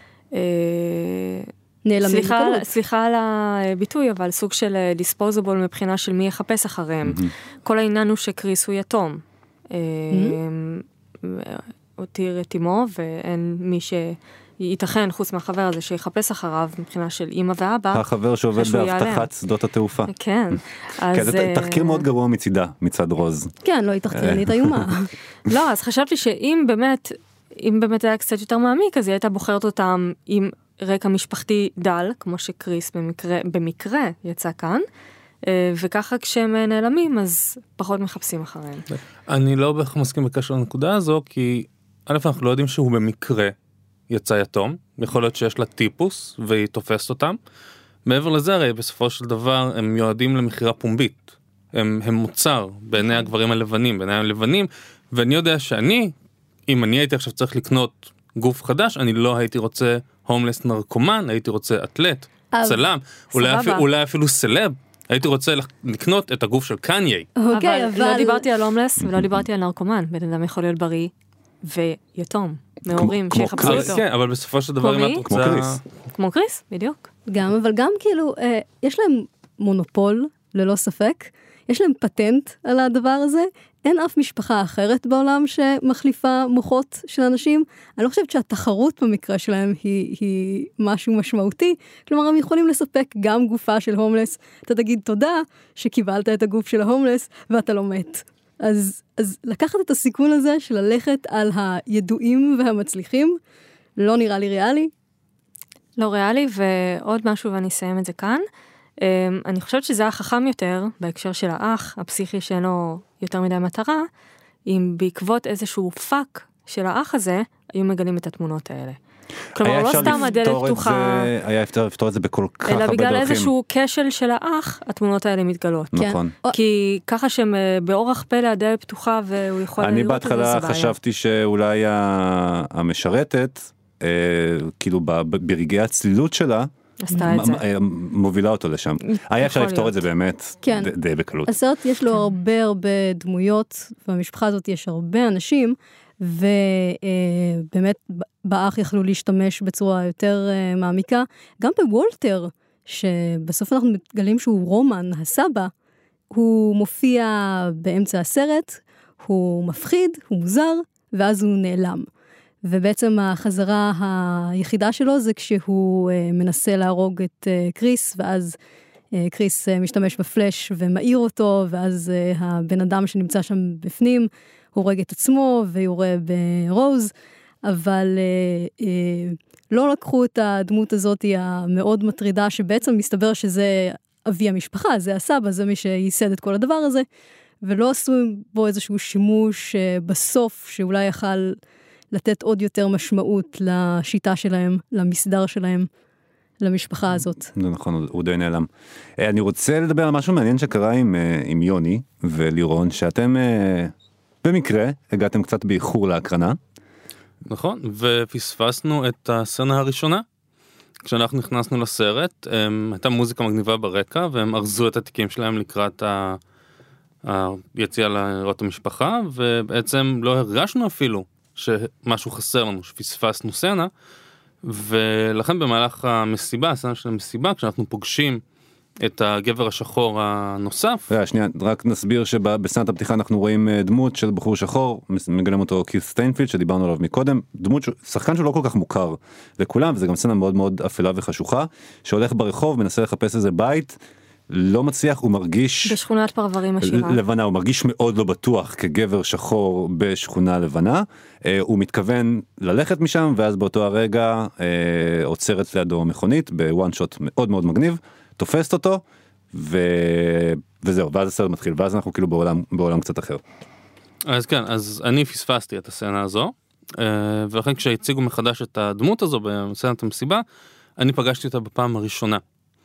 D: נעלמים
C: סליחה,
D: בקלות.
C: סליחה על הביטוי, אבל סוג של דיספוזיבול מבחינה של מי יחפש אחריהם. כל העניין הוא שקריס הוא יתום. הותיר את אמו, ואין מי שייתכן חוץ מהחבר הזה שיחפש אחריו מבחינה של אמא ואבא.
A: החבר שעובד בהבטחת שדות התעופה.
C: כן.
A: כן, זה תחקיר מאוד גרוע מצידה, מצד רוז.
D: כן, לא היא תחקירנית איומה.
C: לא, אז חשבתי שאם באמת, אם באמת היה קצת יותר מעמיק, אז היא הייתה בוחרת אותם עם רקע משפחתי דל, כמו שקריס במקרה, במקרה יצא כאן, וככה כשהם נעלמים, אז פחות מחפשים אחריהם.
B: אני לא בהכרח מסכים בקשר לנקודה הזו, כי א' אנחנו לא יודעים שהוא במקרה יצא יתום, יכול להיות שיש לה טיפוס והיא תופסת אותם. מעבר לזה הרי בסופו של דבר הם מיועדים למחירה פומבית. הם, הם מוצר בעיני הגברים הלבנים, בעיני הלבנים, ואני יודע שאני, אם אני הייתי עכשיו צריך לקנות גוף חדש, אני לא הייתי רוצה הומלס נרקומן, הייתי רוצה אתלט, צלם, אולי, אפילו, אולי אפילו סלב. הייתי רוצה לקנות את הגוף של קניי.
D: אוקיי,
C: אבל לא דיברתי על הומלס ולא דיברתי על נרקומן. בן אדם יכול להיות בריא ויתום, מהורים שיחפשו אותו.
B: כן, אבל בסופו של דבר אם את
A: כמו
B: רוצה...
A: קריס.
C: כמו קריס, בדיוק.
D: גם, אבל גם כאילו, אה, יש להם מונופול, ללא ספק, יש להם פטנט על הדבר הזה, אין אף משפחה אחרת בעולם שמחליפה מוחות של אנשים, אני לא חושבת שהתחרות במקרה שלהם היא, היא משהו משמעותי, כלומר הם יכולים לספק גם גופה של הומלס, אתה תגיד תודה שקיבלת את הגוף של ההומלס ואתה לא מת. אז, אז לקחת את הסיכון הזה של ללכת על הידועים והמצליחים, לא נראה לי ריאלי.
C: לא ריאלי, ועוד משהו ואני אסיים את זה כאן. אני חושבת שזה היה חכם יותר, בהקשר של האח, הפסיכי שאין לו יותר מדי מטרה, אם בעקבות איזשהו פאק של האח הזה, היו מגלים את התמונות האלה. כלומר, לא סתם הדלת פתוחה,
A: היה אפשר לפתור את זה בכל כך הרבה
C: אלא
A: דרכים.
C: בגלל איזשהו כשל של האח, התמונות האלה מתגלות.
A: נכון.
C: כי ככה שהם באורח פלא הדלת פתוחה, והוא יכול
A: אני
C: לראות את זה,
A: בהתחלה
C: זה בעיה.
A: חשבתי שאולי המשרתת, כאילו ברגעי הצלילות שלה,
C: עשתה את זה.
A: מובילה אותו לשם. היה אפשר לפתור את זה באמת
D: כן.
A: די בקלות.
D: הסרט יש לו הרבה הרבה דמויות, ובמשפחה הזאת יש הרבה אנשים, ובאמת באח יכלו להשתמש בצורה יותר מעמיקה. גם בוולטר, שבסוף אנחנו מתגלים שהוא רומן, הסבא, הוא מופיע באמצע הסרט, הוא מפחיד, הוא מוזר, ואז הוא נעלם. ובעצם החזרה היחידה שלו זה כשהוא מנסה להרוג את קריס, ואז קריס משתמש בפלש ומאיר אותו, ואז הבן אדם שנמצא שם בפנים, הורג את עצמו ויורה ברוז, אבל לא לקחו את הדמות הזאת המאוד מטרידה, שבעצם מסתבר שזה אבי המשפחה, זה הסבא, זה מי שייסד את כל הדבר הזה, ולא עשו בו איזשהו שימוש בסוף שאולי יכל לתת עוד יותר משמעות לשיטה שלהם, למסדר שלהם, למשפחה הזאת.
A: זה נכון, הוא די נעלם. אני רוצה לדבר על משהו מעניין שקרה עם, עם יוני ולירון, שאתם במקרה הגעתם קצת באיחור להקרנה.
B: נכון, ופספסנו את הסצנה הראשונה. כשאנחנו נכנסנו לסרט, הייתה מוזיקה מגניבה ברקע, והם ארזו את התיקים שלהם לקראת ה... היציאה לראות המשפחה, ובעצם לא הרגשנו אפילו שמשהו חסר לנו, שפספסנו סצנה, ולכן במהלך המסיבה, הסצנה של המסיבה, כשאנחנו פוגשים את הגבר השחור הנוסף.
A: שנייה, רק נסביר שבסצנת הפתיחה אנחנו רואים דמות של בחור שחור, מגלם אותו קית' סטיינפילד, שדיברנו עליו מקודם, דמות, שחקן שהוא לא כל כך מוכר לכולם, וזה גם סצנה מאוד מאוד אפלה וחשוכה, שהולך ברחוב, מנסה לחפש איזה בית, לא מצליח, הוא מרגיש...
C: בשכונת פרברים עשירה.
A: לבנה, הוא מרגיש מאוד לא בטוח כגבר שחור בשכונה לבנה, הוא מתכוון ללכת משם, ואז באותו הרגע עוצרת לידו מכונית, בוואן שוט מאוד מאוד מגניב, תופסת אותו, ו... וזהו, ואז הסרט מתחיל, ואז אנחנו כאילו בעולם, בעולם קצת אחר.
B: אז כן, אז אני פספסתי את הסצנה הזו, ולכן כשהציגו מחדש את הדמות הזו בסצנת המסיבה, אני פגשתי אותה בפעם הראשונה.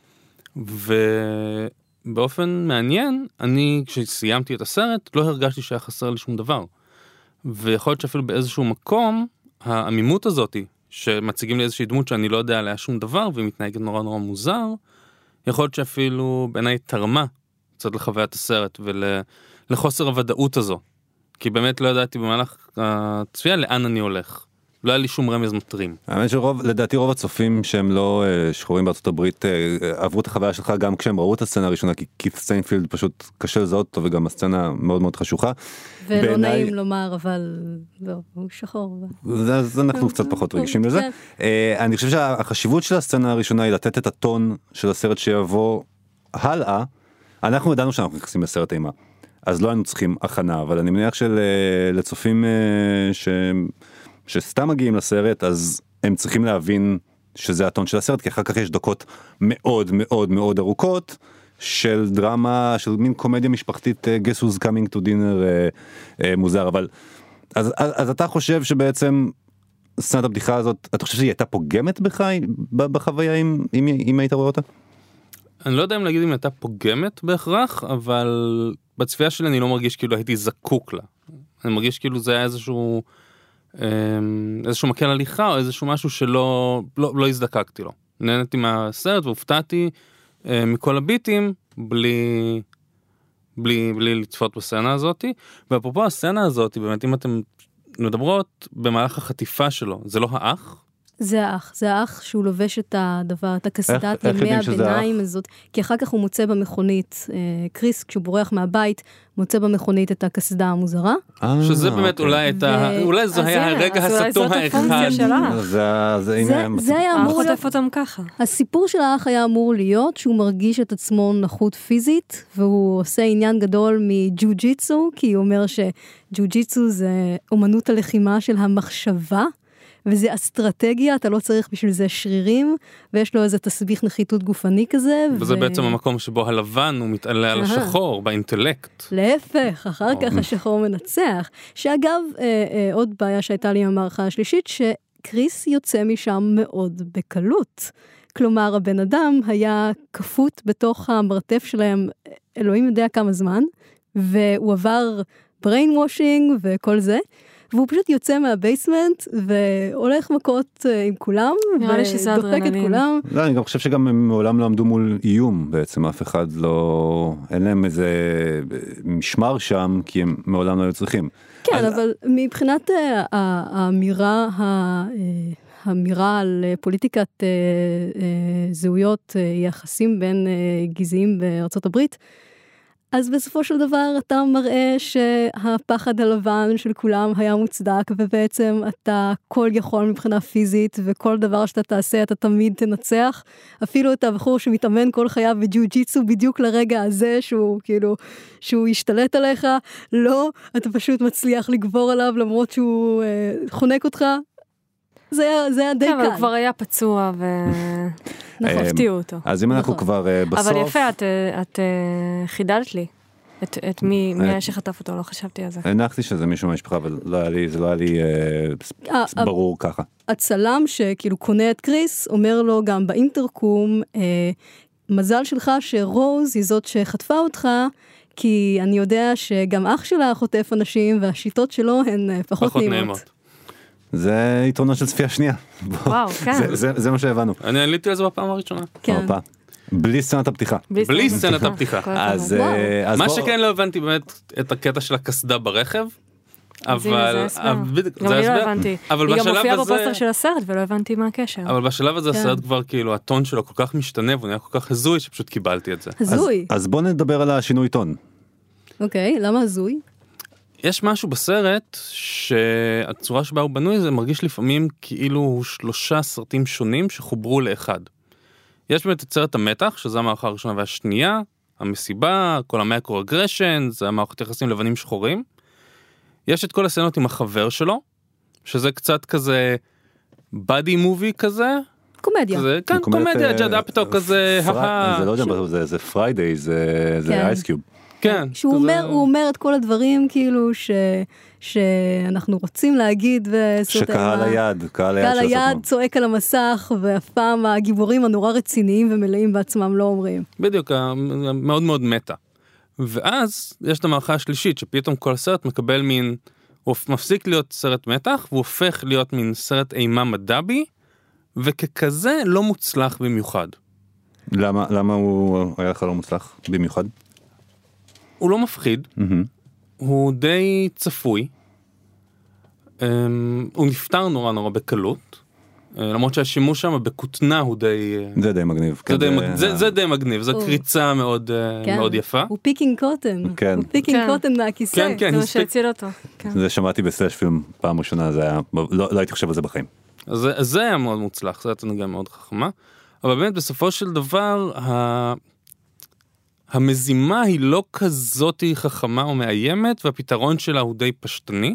B: ובאופן מעניין, אני כשסיימתי את הסרט, לא הרגשתי שהיה חסר לי שום דבר. ויכול להיות שאפילו באיזשהו מקום, העמימות הזאת, שמציגים לי איזושהי דמות שאני לא יודע עליה שום דבר, והיא מתנהגת נורא נורא מוזר, יכול להיות שאפילו בעיניי תרמה קצת לחוויית הסרט ולחוסר הוודאות הזו. כי באמת לא ידעתי במהלך הצפייה לאן אני הולך. לא היה לי שום רמז מטרים.
A: האמת שרוב, לדעתי רוב הצופים שהם לא שחורים בארצות הברית עברו את החוויה שלך גם כשהם ראו את הסצנה הראשונה, כי קית' סטיינפילד פשוט קשה לזהות אותו, וגם הסצנה מאוד מאוד חשוכה.
D: ולא בעיני... נעים לומר, אבל לא, הוא שחור.
A: אז אנחנו קצת פחות רגישים לזה. אני חושב שהחשיבות של הסצנה הראשונה היא לתת את הטון של הסרט שיבוא הלאה. אנחנו ידענו שאנחנו נכנסים לסרט אימה, אז לא היינו צריכים הכנה, אבל אני מניח שלצופים ש... שסתם מגיעים לסרט, אז הם צריכים להבין שזה הטון של הסרט, כי אחר כך יש דקות מאוד מאוד מאוד ארוכות, של דרמה, של מין קומדיה משפחתית, Guess Who's Coming to Dinner מוזר, אבל, אז, אז, אז אתה חושב שבעצם, סצנת הבדיחה הזאת, אתה חושב שהיא הייתה פוגמת בך, בחוויה, אם, אם, אם היית רואה אותה?
B: אני לא יודע אם להגיד אם הייתה פוגמת בהכרח, אבל בצפייה שלי אני לא מרגיש כאילו הייתי זקוק לה. אני מרגיש כאילו זה היה איזשהו... איזשהו מקל הליכה, או איזשהו משהו שלא לא, לא הזדקקתי לו. נהנתי מהסרט והופתעתי אה, מכל הביטים, בלי, בלי, בלי לצפות בסצנה הזאת. ואפרופו הסצנה הזאת, באמת אם אתם מדברות במהלך החטיפה שלו, זה לא האח?
D: זה האח, זה האח שהוא לובש את הדבר, את הקסדת ימי הביניים הזאת, כי אחר כך הוא מוצא במכונית, קריס כשהוא בורח מהבית, מוצא במכונית את הקסדה המוזרה.
B: שזה באמת אולי הייתה, אולי זה היה הרגע הסתום האחד.
D: זה היה אמור
C: להיות אותם ככה.
D: הסיפור של האח היה אמור להיות שהוא מרגיש את עצמו נחות פיזית, והוא עושה עניין גדול מג'ו-ג'יצו, כי הוא אומר שג'ו-ג'יצו זה אומנות הלחימה של המחשבה, וזה אסטרטגיה, אתה לא צריך בשביל זה שרירים, ויש לו איזה תסביך נחיתות גופני כזה.
B: וזה ו... בעצם המקום שבו הלבן הוא מתעלה על השחור, באינטלקט.
D: להפך, אחר כך השחור מנצח. שאגב, אה, אה, עוד בעיה שהייתה לי עם המערכה השלישית, שקריס יוצא משם מאוד בקלות. כלומר, הבן אדם היה כפות בתוך המרתף שלהם, אלוהים יודע כמה זמן, והוא עבר brainwashing וכל זה, והוא פשוט יוצא מהבייסמנט, והולך מכות עם כולם, ודופק את כולם.
A: לא, אני גם חושב שגם הם מעולם לא עמדו מול איום, בעצם אף אחד לא, אין להם איזה משמר שם, כי הם מעולם לא היו צריכים.
D: כן, אבל מבחינת האמירה, האמירה על פוליטיקת זהויות, יחסים בין גזעיים בארצות הברית, אז בסופו של דבר אתה מראה שהפחד הלבן של כולם היה מוצדק, ובעצם אתה כל יכול מבחינה פיזית, וכל דבר שאתה תעשה אתה תמיד תנצח. אפילו את הבחור שמתאמן כל חייו בג'ו-ג'יצו בדיוק לרגע הזה, שהוא כאילו, שהוא ישתלט עליך, לא, אתה פשוט מצליח לגבור עליו למרות שהוא אה, חונק אותך. זה היה, זה היה די קל.
C: אבל הוא כבר היה פצוע ו... נכון, הפתיעו אותו.
A: אז אם אנחנו כבר בסוף...
C: אבל יפה, את חידדת לי. את, את מי, מי היה שחטף אותו, לא חשבתי על זה.
A: הנחתי שזה מישהו מהמשפחה, אבל לא היה לי, זה לא היה לי אה, ברור ככה.
D: הצלם שכאילו קונה את קריס, אומר לו גם באינטרקום, אה, מזל שלך שרוז היא זאת שחטפה אותך, כי אני יודע שגם אח שלה חוטף אנשים, והשיטות שלו הן אה, פחות, פחות נעימות. נעימות.
A: זה יתרונו של צפייה שנייה.
C: וואו, כן.
A: זה, זה, זה מה שהבנו.
B: אני עליתי על זה בפעם הראשונה.
D: כן.
A: בלי סצנת הפתיחה.
B: בלי סצנת הפתיחה.
A: אז, אז
B: מה
A: בוא...
B: שכן לא הבנתי באמת את הקטע של הקסדה ברכב, אבל...
C: זה הסבר. גם אני לא הבנתי. היא גם מופיעה בפוסטר של הסרט ולא הבנתי מה הקשר.
B: אבל בשלב הזה הסרט כבר כאילו, הטון שלו כל כך משתנה, והוא נהיה כל כך הזוי שפשוט קיבלתי את זה.
D: הזוי?
A: אז בוא נדבר על השינוי טון.
D: אוקיי, למה הזוי?
B: יש משהו בסרט שהצורה שבה הוא בנוי זה מרגיש לפעמים כאילו שלושה סרטים שונים שחוברו לאחד. יש באמת את סרט המתח, שזה המערכה הראשונה והשנייה, המסיבה, כל המאקרו-אגרשן, זה המערכות יחסים לבנים שחורים. יש את כל הסצנות עם החבר שלו, שזה קצת כזה בדי מובי כזה.
D: קומדיה.
B: כזה, כן, קומדיה, ג'אד אפטו כזה,
A: זה לא יודע, זה פריידיי, זה אייסקיוב.
B: כן.
D: שהוא אומר, הוא אומר את כל הדברים כאילו ש... שאנחנו רוצים להגיד
A: שקהל היד, קהל היד,
D: קהל היד צועק על המסך, ואף פעם הגיבורים הנורא רציניים ומלאים בעצמם לא אומרים.
B: בדיוק, מאוד מאוד מטה. ואז יש את המערכה השלישית, שפתאום כל הסרט מקבל מין, הוא מפסיק להיות סרט מתח, והוא הופך להיות מין סרט אימה מדבי, וככזה לא מוצלח במיוחד.
A: למה, למה הוא היה לך לא מוצלח במיוחד?
B: הוא לא מפחיד, mm-hmm. הוא די צפוי, um, הוא נפטר נורא נורא בקלות, uh, למרות שהשימוש שם בכותנה הוא די...
A: זה די מגניב.
B: זה,
A: כן,
B: די,
A: זה...
B: מג... זה, זה די מגניב, זו קריצה מאוד,
D: כן.
B: מאוד יפה.
D: הוא פיקינג קוטן,
A: כן.
D: הוא פיקינג
C: כן.
D: קוטן מהכיסא.
B: כן, כן,
C: זה מה שהציל אותו. כן.
A: זה שמעתי בסלש פילם פעם ראשונה, זה היה, לא, לא הייתי חושב על זה בחיים.
B: אז זה, זה היה מאוד מוצלח, זה הייתה גם מאוד חכמה, אבל באמת בסופו של דבר, ה... המזימה היא לא כזאת חכמה או מאיימת, והפתרון שלה הוא די פשטני,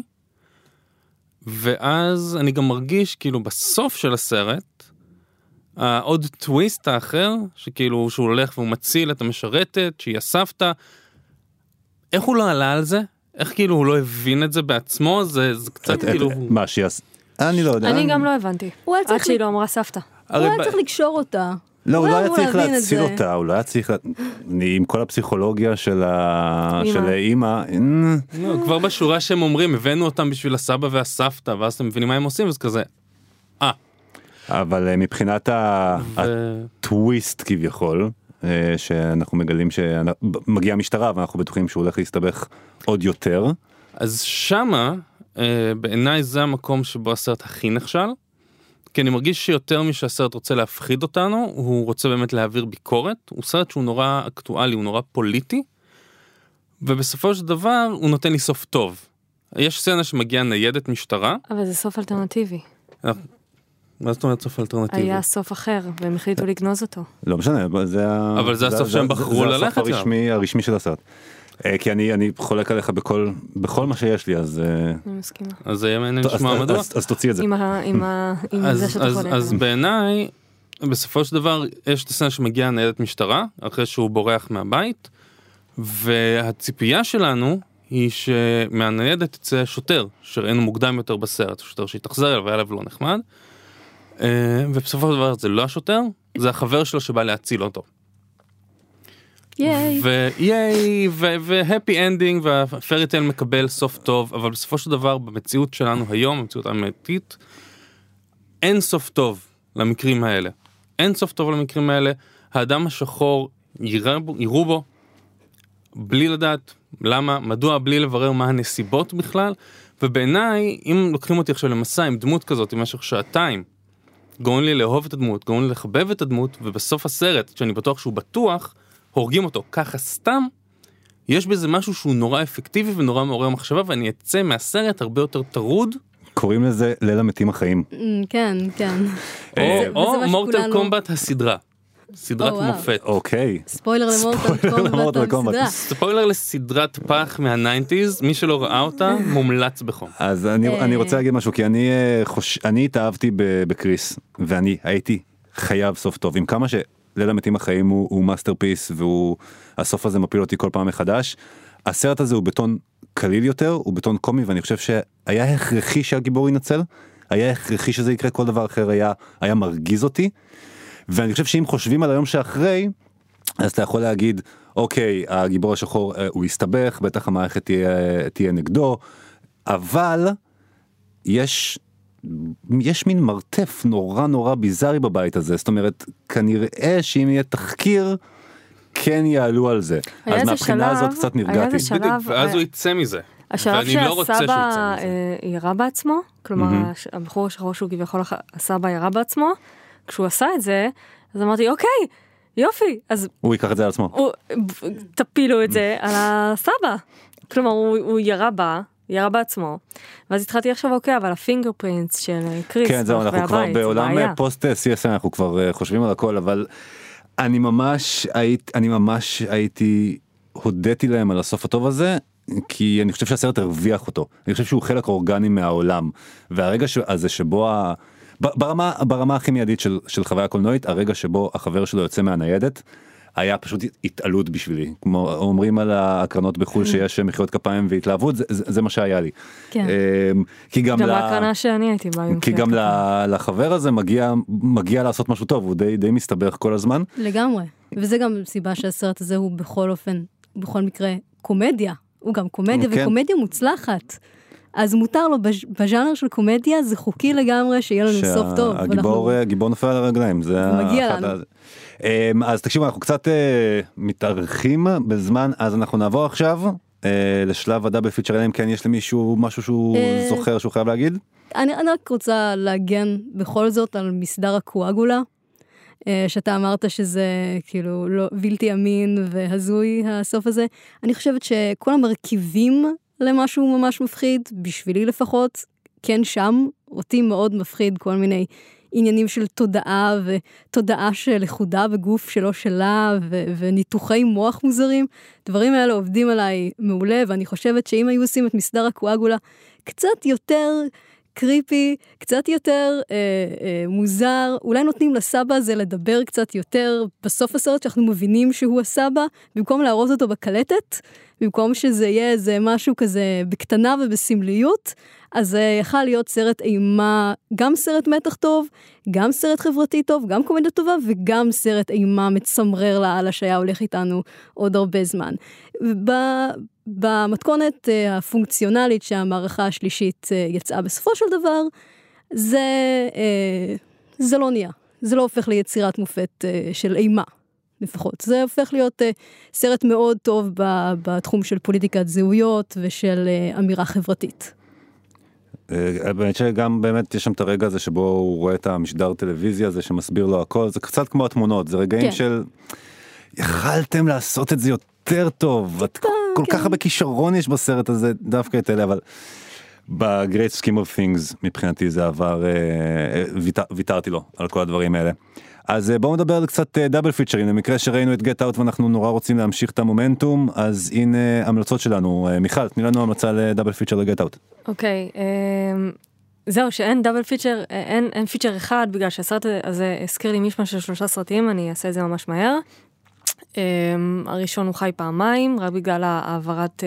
B: ואז אני גם מרגיש כאילו בסוף של הסרט, העוד טוויסט האחר, שכאילו שהוא הולך והוא מציל את המשרתת, שהיא הסבתא, איך הוא לא עלה על זה? איך כאילו הוא לא הבין את זה בעצמו? זה, זה קצת כאילו...
A: מה שהיא... אני לא יודע.
C: אני גם לא הבנתי. עד שהיא לא אמרה סבתא.
D: הוא היה צריך לקשור אותה.
A: לא, הוא לא היה צריך להציל אותה, הוא לא היה צריך, עם כל הפסיכולוגיה של האמא,
B: כבר בשורה שהם אומרים, הבאנו אותם בשביל הסבא והסבתא, ואז אתם מבינים מה הם עושים, אז כזה, אה.
A: אבל מבחינת הטוויסט כביכול, שאנחנו מגלים שמגיעה המשטרה, ואנחנו בטוחים שהוא הולך להסתבך עוד יותר.
B: אז שמה, בעיניי זה המקום שבו הסרט הכי נכשל, כי אני מרגיש שיותר משהסרט רוצה להפחיד אותנו, הוא רוצה באמת להעביר ביקורת, הוא סרט שהוא נורא אקטואלי, הוא נורא פוליטי, ובסופו של דבר הוא נותן לי סוף טוב. יש סצנה שמגיעה ניידת משטרה.
C: אבל זה סוף אלטרנטיבי.
B: מה זאת אומרת סוף אלטרנטיבי?
C: היה סוף אחר, והם החליטו לגנוז אותו.
A: לא משנה, אבל זה...
B: אבל זה הסוף שהם בחרו ללכת.
A: זה הסוף הרשמי של הסרט. כי אני, אני חולק עליך בכל, בכל מה שיש לי, אז...
C: אני מסכימה.
B: אז זה יהיה מעניין לשמוע מדוע.
A: אז, אז תוציא את זה.
C: עם, ה, עם, ה, עם זה שאתה חולק.
B: אז בעיניי, בסופו של דבר, יש את הסצנה שמגיעה ניידת משטרה, אחרי שהוא בורח מהבית, והציפייה שלנו היא שמהניידת תצא שוטר, שראינו מוקדם יותר בסרט, שוטר שהתאכזר אליו, והיה לו לא נחמד, ובסופו של דבר זה לא השוטר, זה החבר שלו שבא להציל אותו.
D: ייי.
B: וייי, והפי אנדינג, והפרי טייל מקבל סוף טוב, אבל בסופו של דבר, במציאות שלנו היום, במציאות האמיתית, אין סוף טוב למקרים האלה. אין סוף טוב למקרים האלה. האדם השחור יראו בו, בלי לדעת למה, מדוע, בלי לברר מה הנסיבות בכלל, ובעיניי, אם לוקחים אותי עכשיו למסע עם דמות כזאת, במשך שעתיים, גורם לי לאהוב את הדמות, גורם לי לחבב את הדמות, ובסוף הסרט, כשאני בטוח שהוא בטוח, הורגים אותו ככה סתם, יש בזה משהו שהוא נורא אפקטיבי ונורא מעורר מחשבה, ואני אצא מהסרט הרבה יותר טרוד.
A: קוראים לזה ליל המתים החיים.
D: כן, כן.
B: או מורטל קומבט הסדרה. סדרת מופת.
A: אוקיי.
D: ספוילר למורטל קומבט הסדרה.
B: ספוילר לסדרת פח מהניינטיז, מי שלא ראה אותה, מומלץ בחום.
A: אז אני רוצה להגיד משהו, כי אני התאהבתי בקריס, ואני הייתי חייב סוף טוב, עם כמה ש... ליל המתים החיים הוא, הוא מאסטרפיס, והוא, הסוף הזה מפיל אותי כל פעם מחדש. הסרט הזה הוא בטון קליל יותר, הוא בטון קומי, ואני חושב שהיה הכרחי שהגיבור ינצל, היה הכרחי שזה יקרה, כל דבר אחר היה, היה מרגיז אותי, ואני חושב שאם חושבים על היום שאחרי, אז אתה יכול להגיד, אוקיי, הגיבור השחור הוא יסתבך, בטח המערכת תהיה, תהיה נגדו, אבל יש, יש מין מרתף נורא נורא ביזרי בבית הזה, זאת אומרת, כנראה שאם יהיה תחקיר, כן יעלו על זה. אז מהבחינה הזאת קצת נרגעתי.
B: ואז הוא יצא מזה.
C: השלב שהסבא ירה בעצמו, כלומר, הבחור השחור שהוא כביכול הסבא ירה בעצמו, כשהוא עשה את זה, אז אמרתי, אוקיי, יופי, אז...
A: הוא ייקח את זה על עצמו.
C: תפילו את זה על הסבא. כלומר, הוא ירה בה, ירה בעצמו, ואז התחלתי עכשיו, אוקיי, אבל הפינגר פרינטס של קריס,
A: כן, זהו, אנחנו כבר בעולם פוסט סי אס אם, אנחנו כבר חושבים על הכל, אבל אני ממש, אני ממש הייתי, הודיתי להם על הסוף הטוב הזה, כי אני חושב שהסרט הרוויח אותו. אני חושב שהוא חלק אורגני מהעולם, והרגע הזה שבו ה... ברמה, ברמה הכי מיידית של, של חוויה קולנועית, הרגע שבו החבר שלו יוצא מהניידת, היה פשוט התעלות בשבילי. כמו אומרים על ההקרנות בחול שיש מחיאות כפיים והתלהבות, זה, זה, זה מה שהיה לי.
C: כן.
A: כי גם,
C: גם
A: לה,
C: ההקרנה שאני הייתי בה.
A: כי גם לה, לחבר הזה מגיע, מגיע לעשות משהו טוב, הוא די, די מסתבך כל הזמן. לגמרי.
D: וזה גם סיבה שהסרט הזה הוא בכל אופן, בכל מקרה, קומדיה. הוא גם קומדיה, כן. וקומדיה מוצלחת. אז מותר לו, בז'אנר של קומדיה, זה חוקי לגמרי, שיהיה לנו סוף טוב.
A: הגיבור, ואנחנו... הגיבור נופל על הרגליים. זה
D: מגיע לנו.
A: הזה. אז תקשיבו, אנחנו קצת מתארחים בזמן, אז אנחנו נעבור עכשיו לשלב הדאבל פיצ'ר, אלא אם כן יש למישהו משהו שהוא זוכר, שהוא חייב להגיד?
D: אני, אני רק רוצה להגן בכל זאת על מסדר הקואגולה, שאתה אמרת שזה כאילו לא בלתי אמין והזוי הסוף הזה. אני חושבת שכל המרכיבים למשהו ממש מפחיד, בשבילי לפחות, כן שם, אותי מאוד מפחיד כל מיני עניינים של תודעה, ותודעה של איחודה בגוף שלא שלה, ו- וניתוחי מוח מוזרים. דברים האלה עובדים עליי מעולה, ואני חושבת שאם היו עושים את מסדר הקואגולה קצת יותר קריפי, קצת יותר אה, אה, מוזר, אולי נותנים לסבא הזה לדבר קצת יותר בסוף הסרט, שאנחנו מבינים שהוא הסבא, במקום להראות אותו בקלטת, במקום שזה יהיה איזה משהו כזה בקטנה ובסמליות, אז זה יכל להיות סרט אימה, גם סרט מתח טוב, גם סרט חברתי טוב, גם קומדיה טובה, וגם סרט אימה מצמרר לעלה שהיה הולך איתנו עוד הרבה זמן. במתכונת הפונקציונלית שהמערכה השלישית יצאה בסופו של דבר, זה, זה לא נהיה. זה לא הופך ליצירת מופת של אימה. לפחות. זה הופך להיות uh, סרט מאוד טוב ב, בתחום של פוליטיקת זהויות ושל uh, אמירה חברתית.
A: באמת שגם באמת יש שם את הרגע הזה שבו הוא רואה את המשדר טלוויזיה הזה שמסביר לו הכל, זה קצת כמו התמונות, זה רגעים כן. של יכלתם לעשות את זה יותר טוב, את כל כן. כך הרבה כישרון יש בסרט הזה, דווקא את אלה, אבל ב-Great Scheme of Things מבחינתי זה עבר, ויתר, ויתרתי לו על כל הדברים האלה. אז בואו נדבר על קצת דאבל פיצ'רים, למקרה שראינו את Get Out ואנחנו נורא רוצים להמשיך את המומנטום, אז הנה המלצות שלנו. מיכל, תני לנו המלצה לדאבל פיצ'ר ל-Get Out.
C: אוקיי, זהו, שאין דאבל פיצ'ר, אין, אין פיצ'ר אחד, בגלל שהסרט הזה הזכיר לי מישהו של שלושה סרטים, אני אעשה את זה ממש מהר. הראשון הוא חי פעמיים, רק בגלל העברת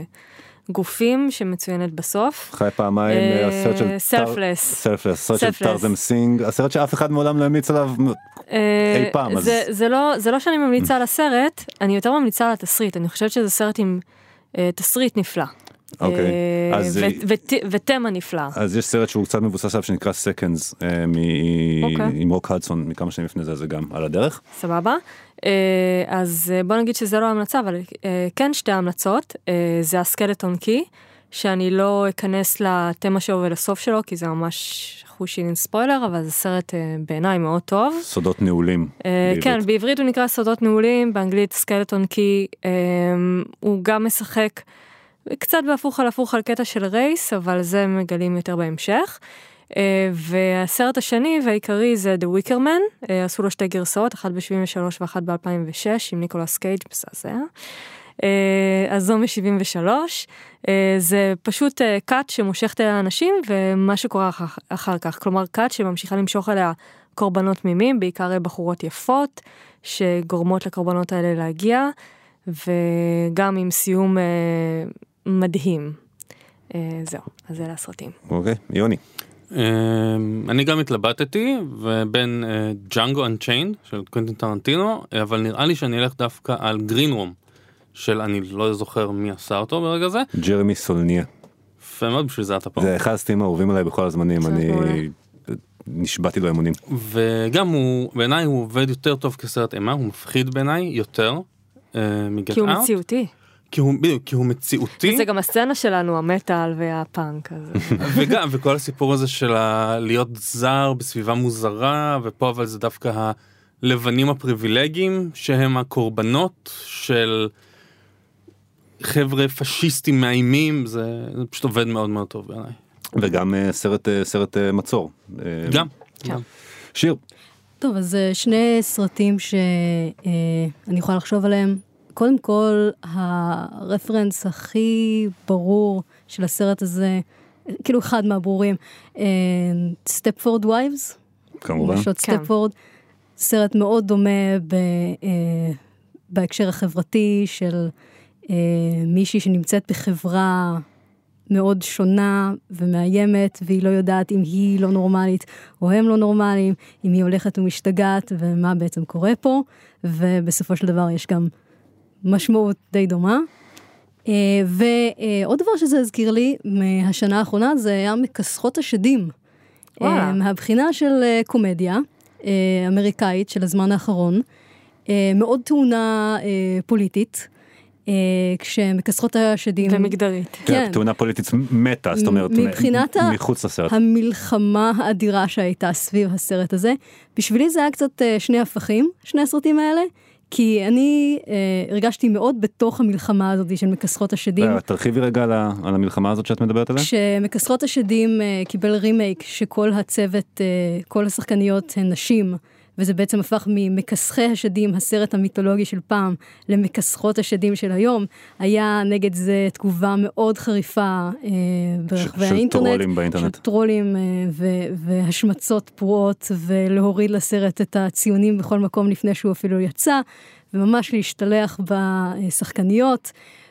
C: גופים שמצוינת בסוף.
A: חי פעמיים, הסרט של
C: סלפלס.
A: סלפלס, הסרט של טרזם סינג, הסרט שאף אחד מעולם לא המליץ עליו אי פעם.
C: זה לא שאני ממליצה על הסרט, אני יותר ממליצה על התסריט, אני חושבת שזה סרט עם תסריט נפלא.
A: אוקיי.
C: ותמה נפלא.
A: אז יש סרט שהוא קצת מבוסס עליו שנקרא Seconds, עם רוק הדסון, מכמה שנים לפני זה, זה גם על הדרך.
C: סבבה. אז בוא נגיד שזה לא המלצה, אבל כן שתי המלצות. זה הסקלטון קי, שאני לא אכנס לתמה שלו ולסוף שלו, כי זה ממש חושין ספוילר, אבל זה סרט בעיניי מאוד טוב.
A: סודות נעולים.
C: כן, בעברית הוא נקרא סודות נעולים, באנגלית סקלטון קי, הוא גם משחק קצת בהפוך על הפוך על קטע של רייס, אבל זה מגלים יותר בהמשך. והסרט השני והעיקרי זה The Wicker Man, עשו לו שתי גרסאות, אחת ב-שבעים ושלוש ואחת ב-אלפיים ושש, עם ניקולס קייג' בסעזע. אז זו מ-שבעים ושלוש, זה פשוט קאט שמושך את האנשים, ומה שקורה אחר כך, כלומר קאט שממשיכה למשוך אליה קורבנות תמימים, בעיקר בחורות יפות, שגורמות לקורבנות האלה להגיע, וגם עם סיום מדהים. זהו, אז אלה הסרטים.
A: אוקיי, יוני.
B: אני גם התלבטתי, ובין ג'אנגו אנצ'יינד של קוונטין טרנטינו, אבל נראה לי שאני אלך דווקא על גרין רום, של אני לא זוכר מי עשה אותו ברגע זה.
A: ג'רמי סולניה.
B: יפה מאוד, בשביל זה אתה פה.
A: זה אחד הסרטים האהובים עליי בכל הזמנים, אני נשבעתי לו אמונים.
B: וגם הוא, בעיניי הוא עובד יותר טוב כסרט אימה, הוא מפחיד בעיניי יותר מגט
C: כי הוא
B: אאוט.
C: מציאותי.
B: כי הוא, בדיוק, כי הוא מציאותי.
C: וזה גם הסצנה שלנו, המטל והפאנק.
B: וגם, וכל הסיפור הזה של להיות זר בסביבה מוזרה, ופה אבל זה דווקא הלבנים הפריבילגיים, שהם הקורבנות של חבר'ה פשיסטים מאיימים, זה, זה פשוט עובד מאוד מאוד טוב בעיניי.
A: וגם סרט, סרט מצור.
B: גם.
C: גם.
A: שיר.
D: טוב, אז שני סרטים שאני יכולה לחשוב עליהם. קודם כל, הרפרנס הכי ברור של הסרט הזה, כאילו אחד מהברורים, סטפפורד וייבס.
A: כמובן.
D: משות סטפפורד. סרט מאוד דומה בהקשר החברתי של מישהי שנמצאת בחברה מאוד שונה ומאיימת, והיא לא יודעת אם היא לא נורמלית או הם לא נורמליים, אם היא הולכת ומשתגעת ומה בעצם קורה פה, ובסופו של דבר יש גם משמעות די דומה. ועוד דבר שזה הזכיר לי מהשנה האחרונה, זה היה מכסחות השדים. מהבחינה של קומדיה אמריקאית של הזמן האחרון, מאוד תאונה פוליטית, כשמכסחות השדים...
C: ומגדרית.
A: כן. תאונה פוליטית מתה, זאת אומרת,
D: מבחינת
A: מחוץ לסרט.
D: המלחמה האדירה שהייתה סביב הסרט הזה, בשבילי זה היה קצת שני הפכים, שני הסרטים האלה, כי אני הרגשתי מאוד בתוך המלחמה הזאת של מכסחות השדים.
A: תרחיבי רגע על המלחמה הזאת שאת מדברת עליה.
D: כשמכסחות השדים קיבל רימייק, שכל הצוות, כל השחקניות הן נשים, וזה בעצם הפך ממכסחי השדים, הסרט המיתולוגי של פעם, למכסחות השדים של היום, היה נגד זה תגובה מאוד חריפה אה, ברחבי האינטרנט.
A: של טרולים באינטרנט.
D: של טרולים אה, ו- והשמצות פרועות, ולהוריד לסרט את הציונים בכל מקום לפני שהוא אפילו יצא, וממש להשתלח בשחקניות,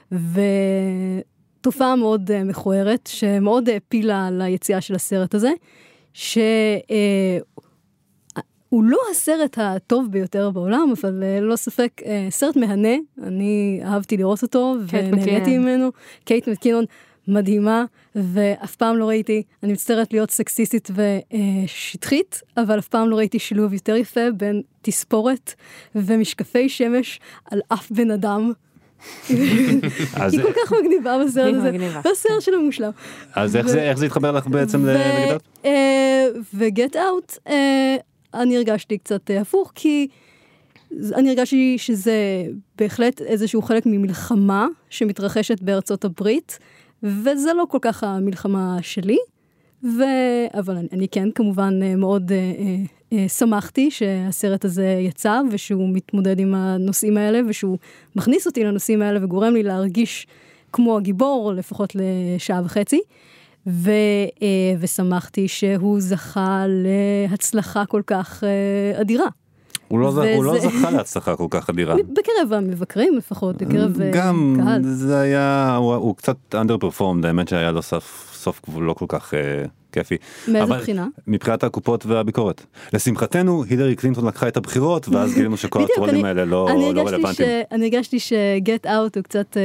D: ותופעה מאוד אה, מכוערת, שמאוד הפילה ליציאה של הסרט הזה, ש... אה, הוא לא הסרט הטוב ביותר בעולם, אבל לא ספק, סרט מהנה, אני אהבתי לראות אותו, ונהניתי ממנו. קייט מקינון מדהימה, ואף פעם לא ראיתי, אני מצטערת להיות סקסיסטית ושטחית, אבל אף פעם לא ראיתי שילוב יותר יפה בין תספורת ומשקפי שמש על אף בן אדם. היא כל כך מגניבה בסרט הזה, בסרט של המושלם.
A: אז איך זה התחבר לך בעצם לגדות?
D: וגט אאוט, אני הרגשתי קצת הפוך, כי אני הרגשתי שזה בהחלט איזשהו חלק ממלחמה שמתרחשת בארצות הברית, וזה לא כל כך המלחמה שלי, ו... אבל אני, אני כן כמובן מאוד אה, אה, שמחתי שהסרט הזה יצא, ושהוא מתמודד עם הנושאים האלה, ושהוא מכניס אותי לנושאים האלה וגורם לי להרגיש כמו הגיבור, לפחות לשעה וחצי. ו, ושמחתי שהוא זכה להצלחה כל כך אדירה.
A: הוא לא, וזה... הוא לא זכה להצלחה כל כך אדירה.
D: בקרב המבקרים לפחות, בקרב
A: גם
D: קהל.
A: זה היה, הוא, הוא קצת underperformed, האמת שהיה לו סוף, סוף לא כל כך uh, כיפי.
D: מאיזה בחינה?
A: מבחינת הקופות והביקורת. לשמחתנו, הילרי קלינטון לקחה את הבחירות, ואז גילינו שכל הטרולים האלה לא, לא רלוונטיים.
D: אני הרגשתי שגט אאוט הוא קצת,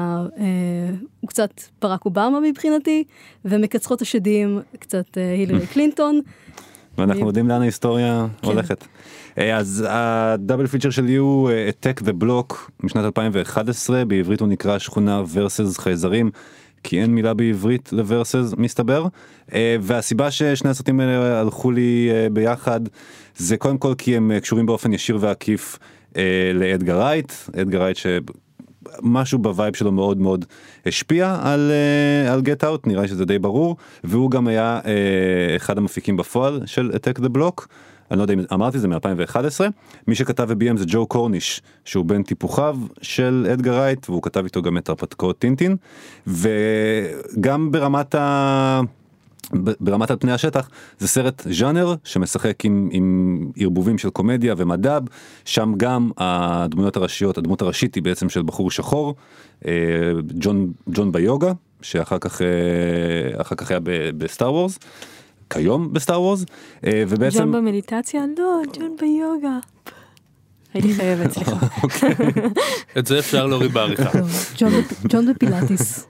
D: הוא קצת ברק אובמה מבחינתי, ומקצחות השדים קצת הילרי קלינטון.
A: ואנחנו יודעים לאן ההיסטוריה הולכת. אז הדאבל פיצ'ר שלי הוא Attack the Block משנת אלפיים ואחת עשרה, בעברית הוא נקרא שכונה versus חייזרים, כי אין מילה בעברית ל-versus מסתבר, והסיבה ששני הסרטים האלה הלכו לי ביחד, זה קודם כל כי הם קשורים באופן ישיר ועקיף לאדגר רייט, אדגר רייט שמשהו בווייב שלו מאוד מאוד השפיע על, על Get Out, נראה שזה די ברור, והוא גם היה אחד המפיקים בפועל של Attack the Block, אני לא יודע אם אמרתי, זה מ-אלפיים ואחת עשרה, מי שכתב וביים זה ג'ו קורניש, שהוא בן טיפוחיו של אדגר רייט, והוא כתב איתו גם את הרפתקאות טינטין, וגם ברמת ברמת על פני השטח, זה סרט ז'אנר שמשחק עם, עם ערבובים של קומדיה ומדב, שם גם הדמויות הראשיות, הדמות הראשית היא בעצם של בחור שחור, ג'ון, ג'ון ביוגה, שאחר כך, אחר כך היה בסטאר וורס, כיום בסטאר וורס, ובעצם...
C: ג'ון במדיטציה? לא, ג'ון ביוגה. הייתי חייבת, סליחה.
B: את זה אפשר להוריד בעריכה.
D: ג'ון בפילאטיס.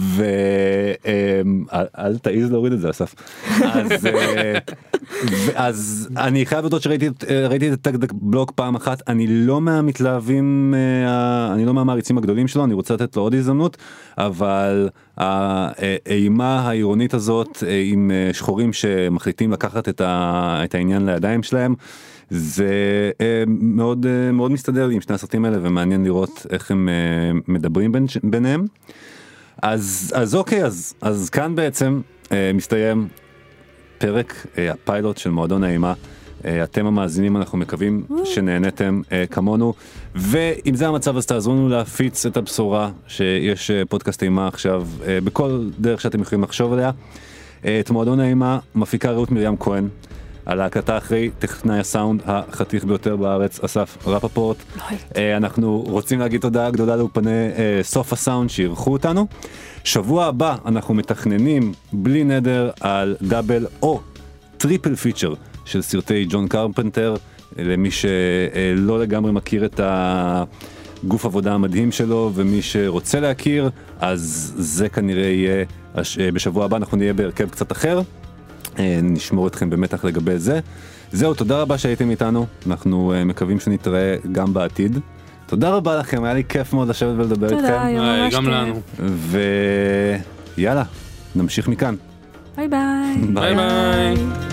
A: ואל תעיז להוריד את זה, אסף. אז אני חייב לדעת שראיתי את טק בלוק פעם אחת, אני לא מהמתלהבים, אני לא מהמעריצים הגדולים שלו, אני רוצה לתת לו עוד הזדמנות, אבל האימה העירונית הזאת עם שחורים שמחליטים לקחת את העניין לידיים שלהם, זה מאוד מאוד מסתדר עם שני הסרטים האלה, ומעניין לראות איך הם מדברים ביניהם. אז אז אוקיי, אז אז כאן בעצם מסתיים פרק הפיילוט של מועדון האימה. אתם המאזינים, אנחנו מקווים שנהנתם כמונו, ואם זה המצב אז תעזרו לנו להפיץ את הבשורה שיש פודקאסט אימה עכשיו בכל דרך שאתם יכולים לחשוב עליה. את מועדון האימה מפיקה רעות מרים כהן, על ההקלטה אחרי טכנאי הסאונד החתיך ביותר בארץ, אסף רפפורט. אנחנו רוצים להגיד תודה גדולה לאופני סוף הסאונד שערכו אותנו. שבוע הבא אנחנו מתכננים בלי נדר על דאבל או טריפל פיצ'ר של סרטי ג'ון קרפנטר, למי שלא לגמרי מכיר את הגוף עבודה המדהים שלו, ומי שרוצה להכיר, אז זה כנראה יהיה בשבוע הבא. אנחנו נהיה בהרכב קצת אחר, נשמור אתכם במתח לגבי זה. זהו, תודה רבה שהייתם איתנו, אנחנו מקווים שנתראה גם בעתיד. תודה רבה לכם, היה לי כיף מאוד לשבת ולדבר איתכם.
C: תודה, היה ממש כיף.
B: גם לנו.
A: ויאללה, נמשיך מכאן.
C: ביי ביי.
B: ביי ביי.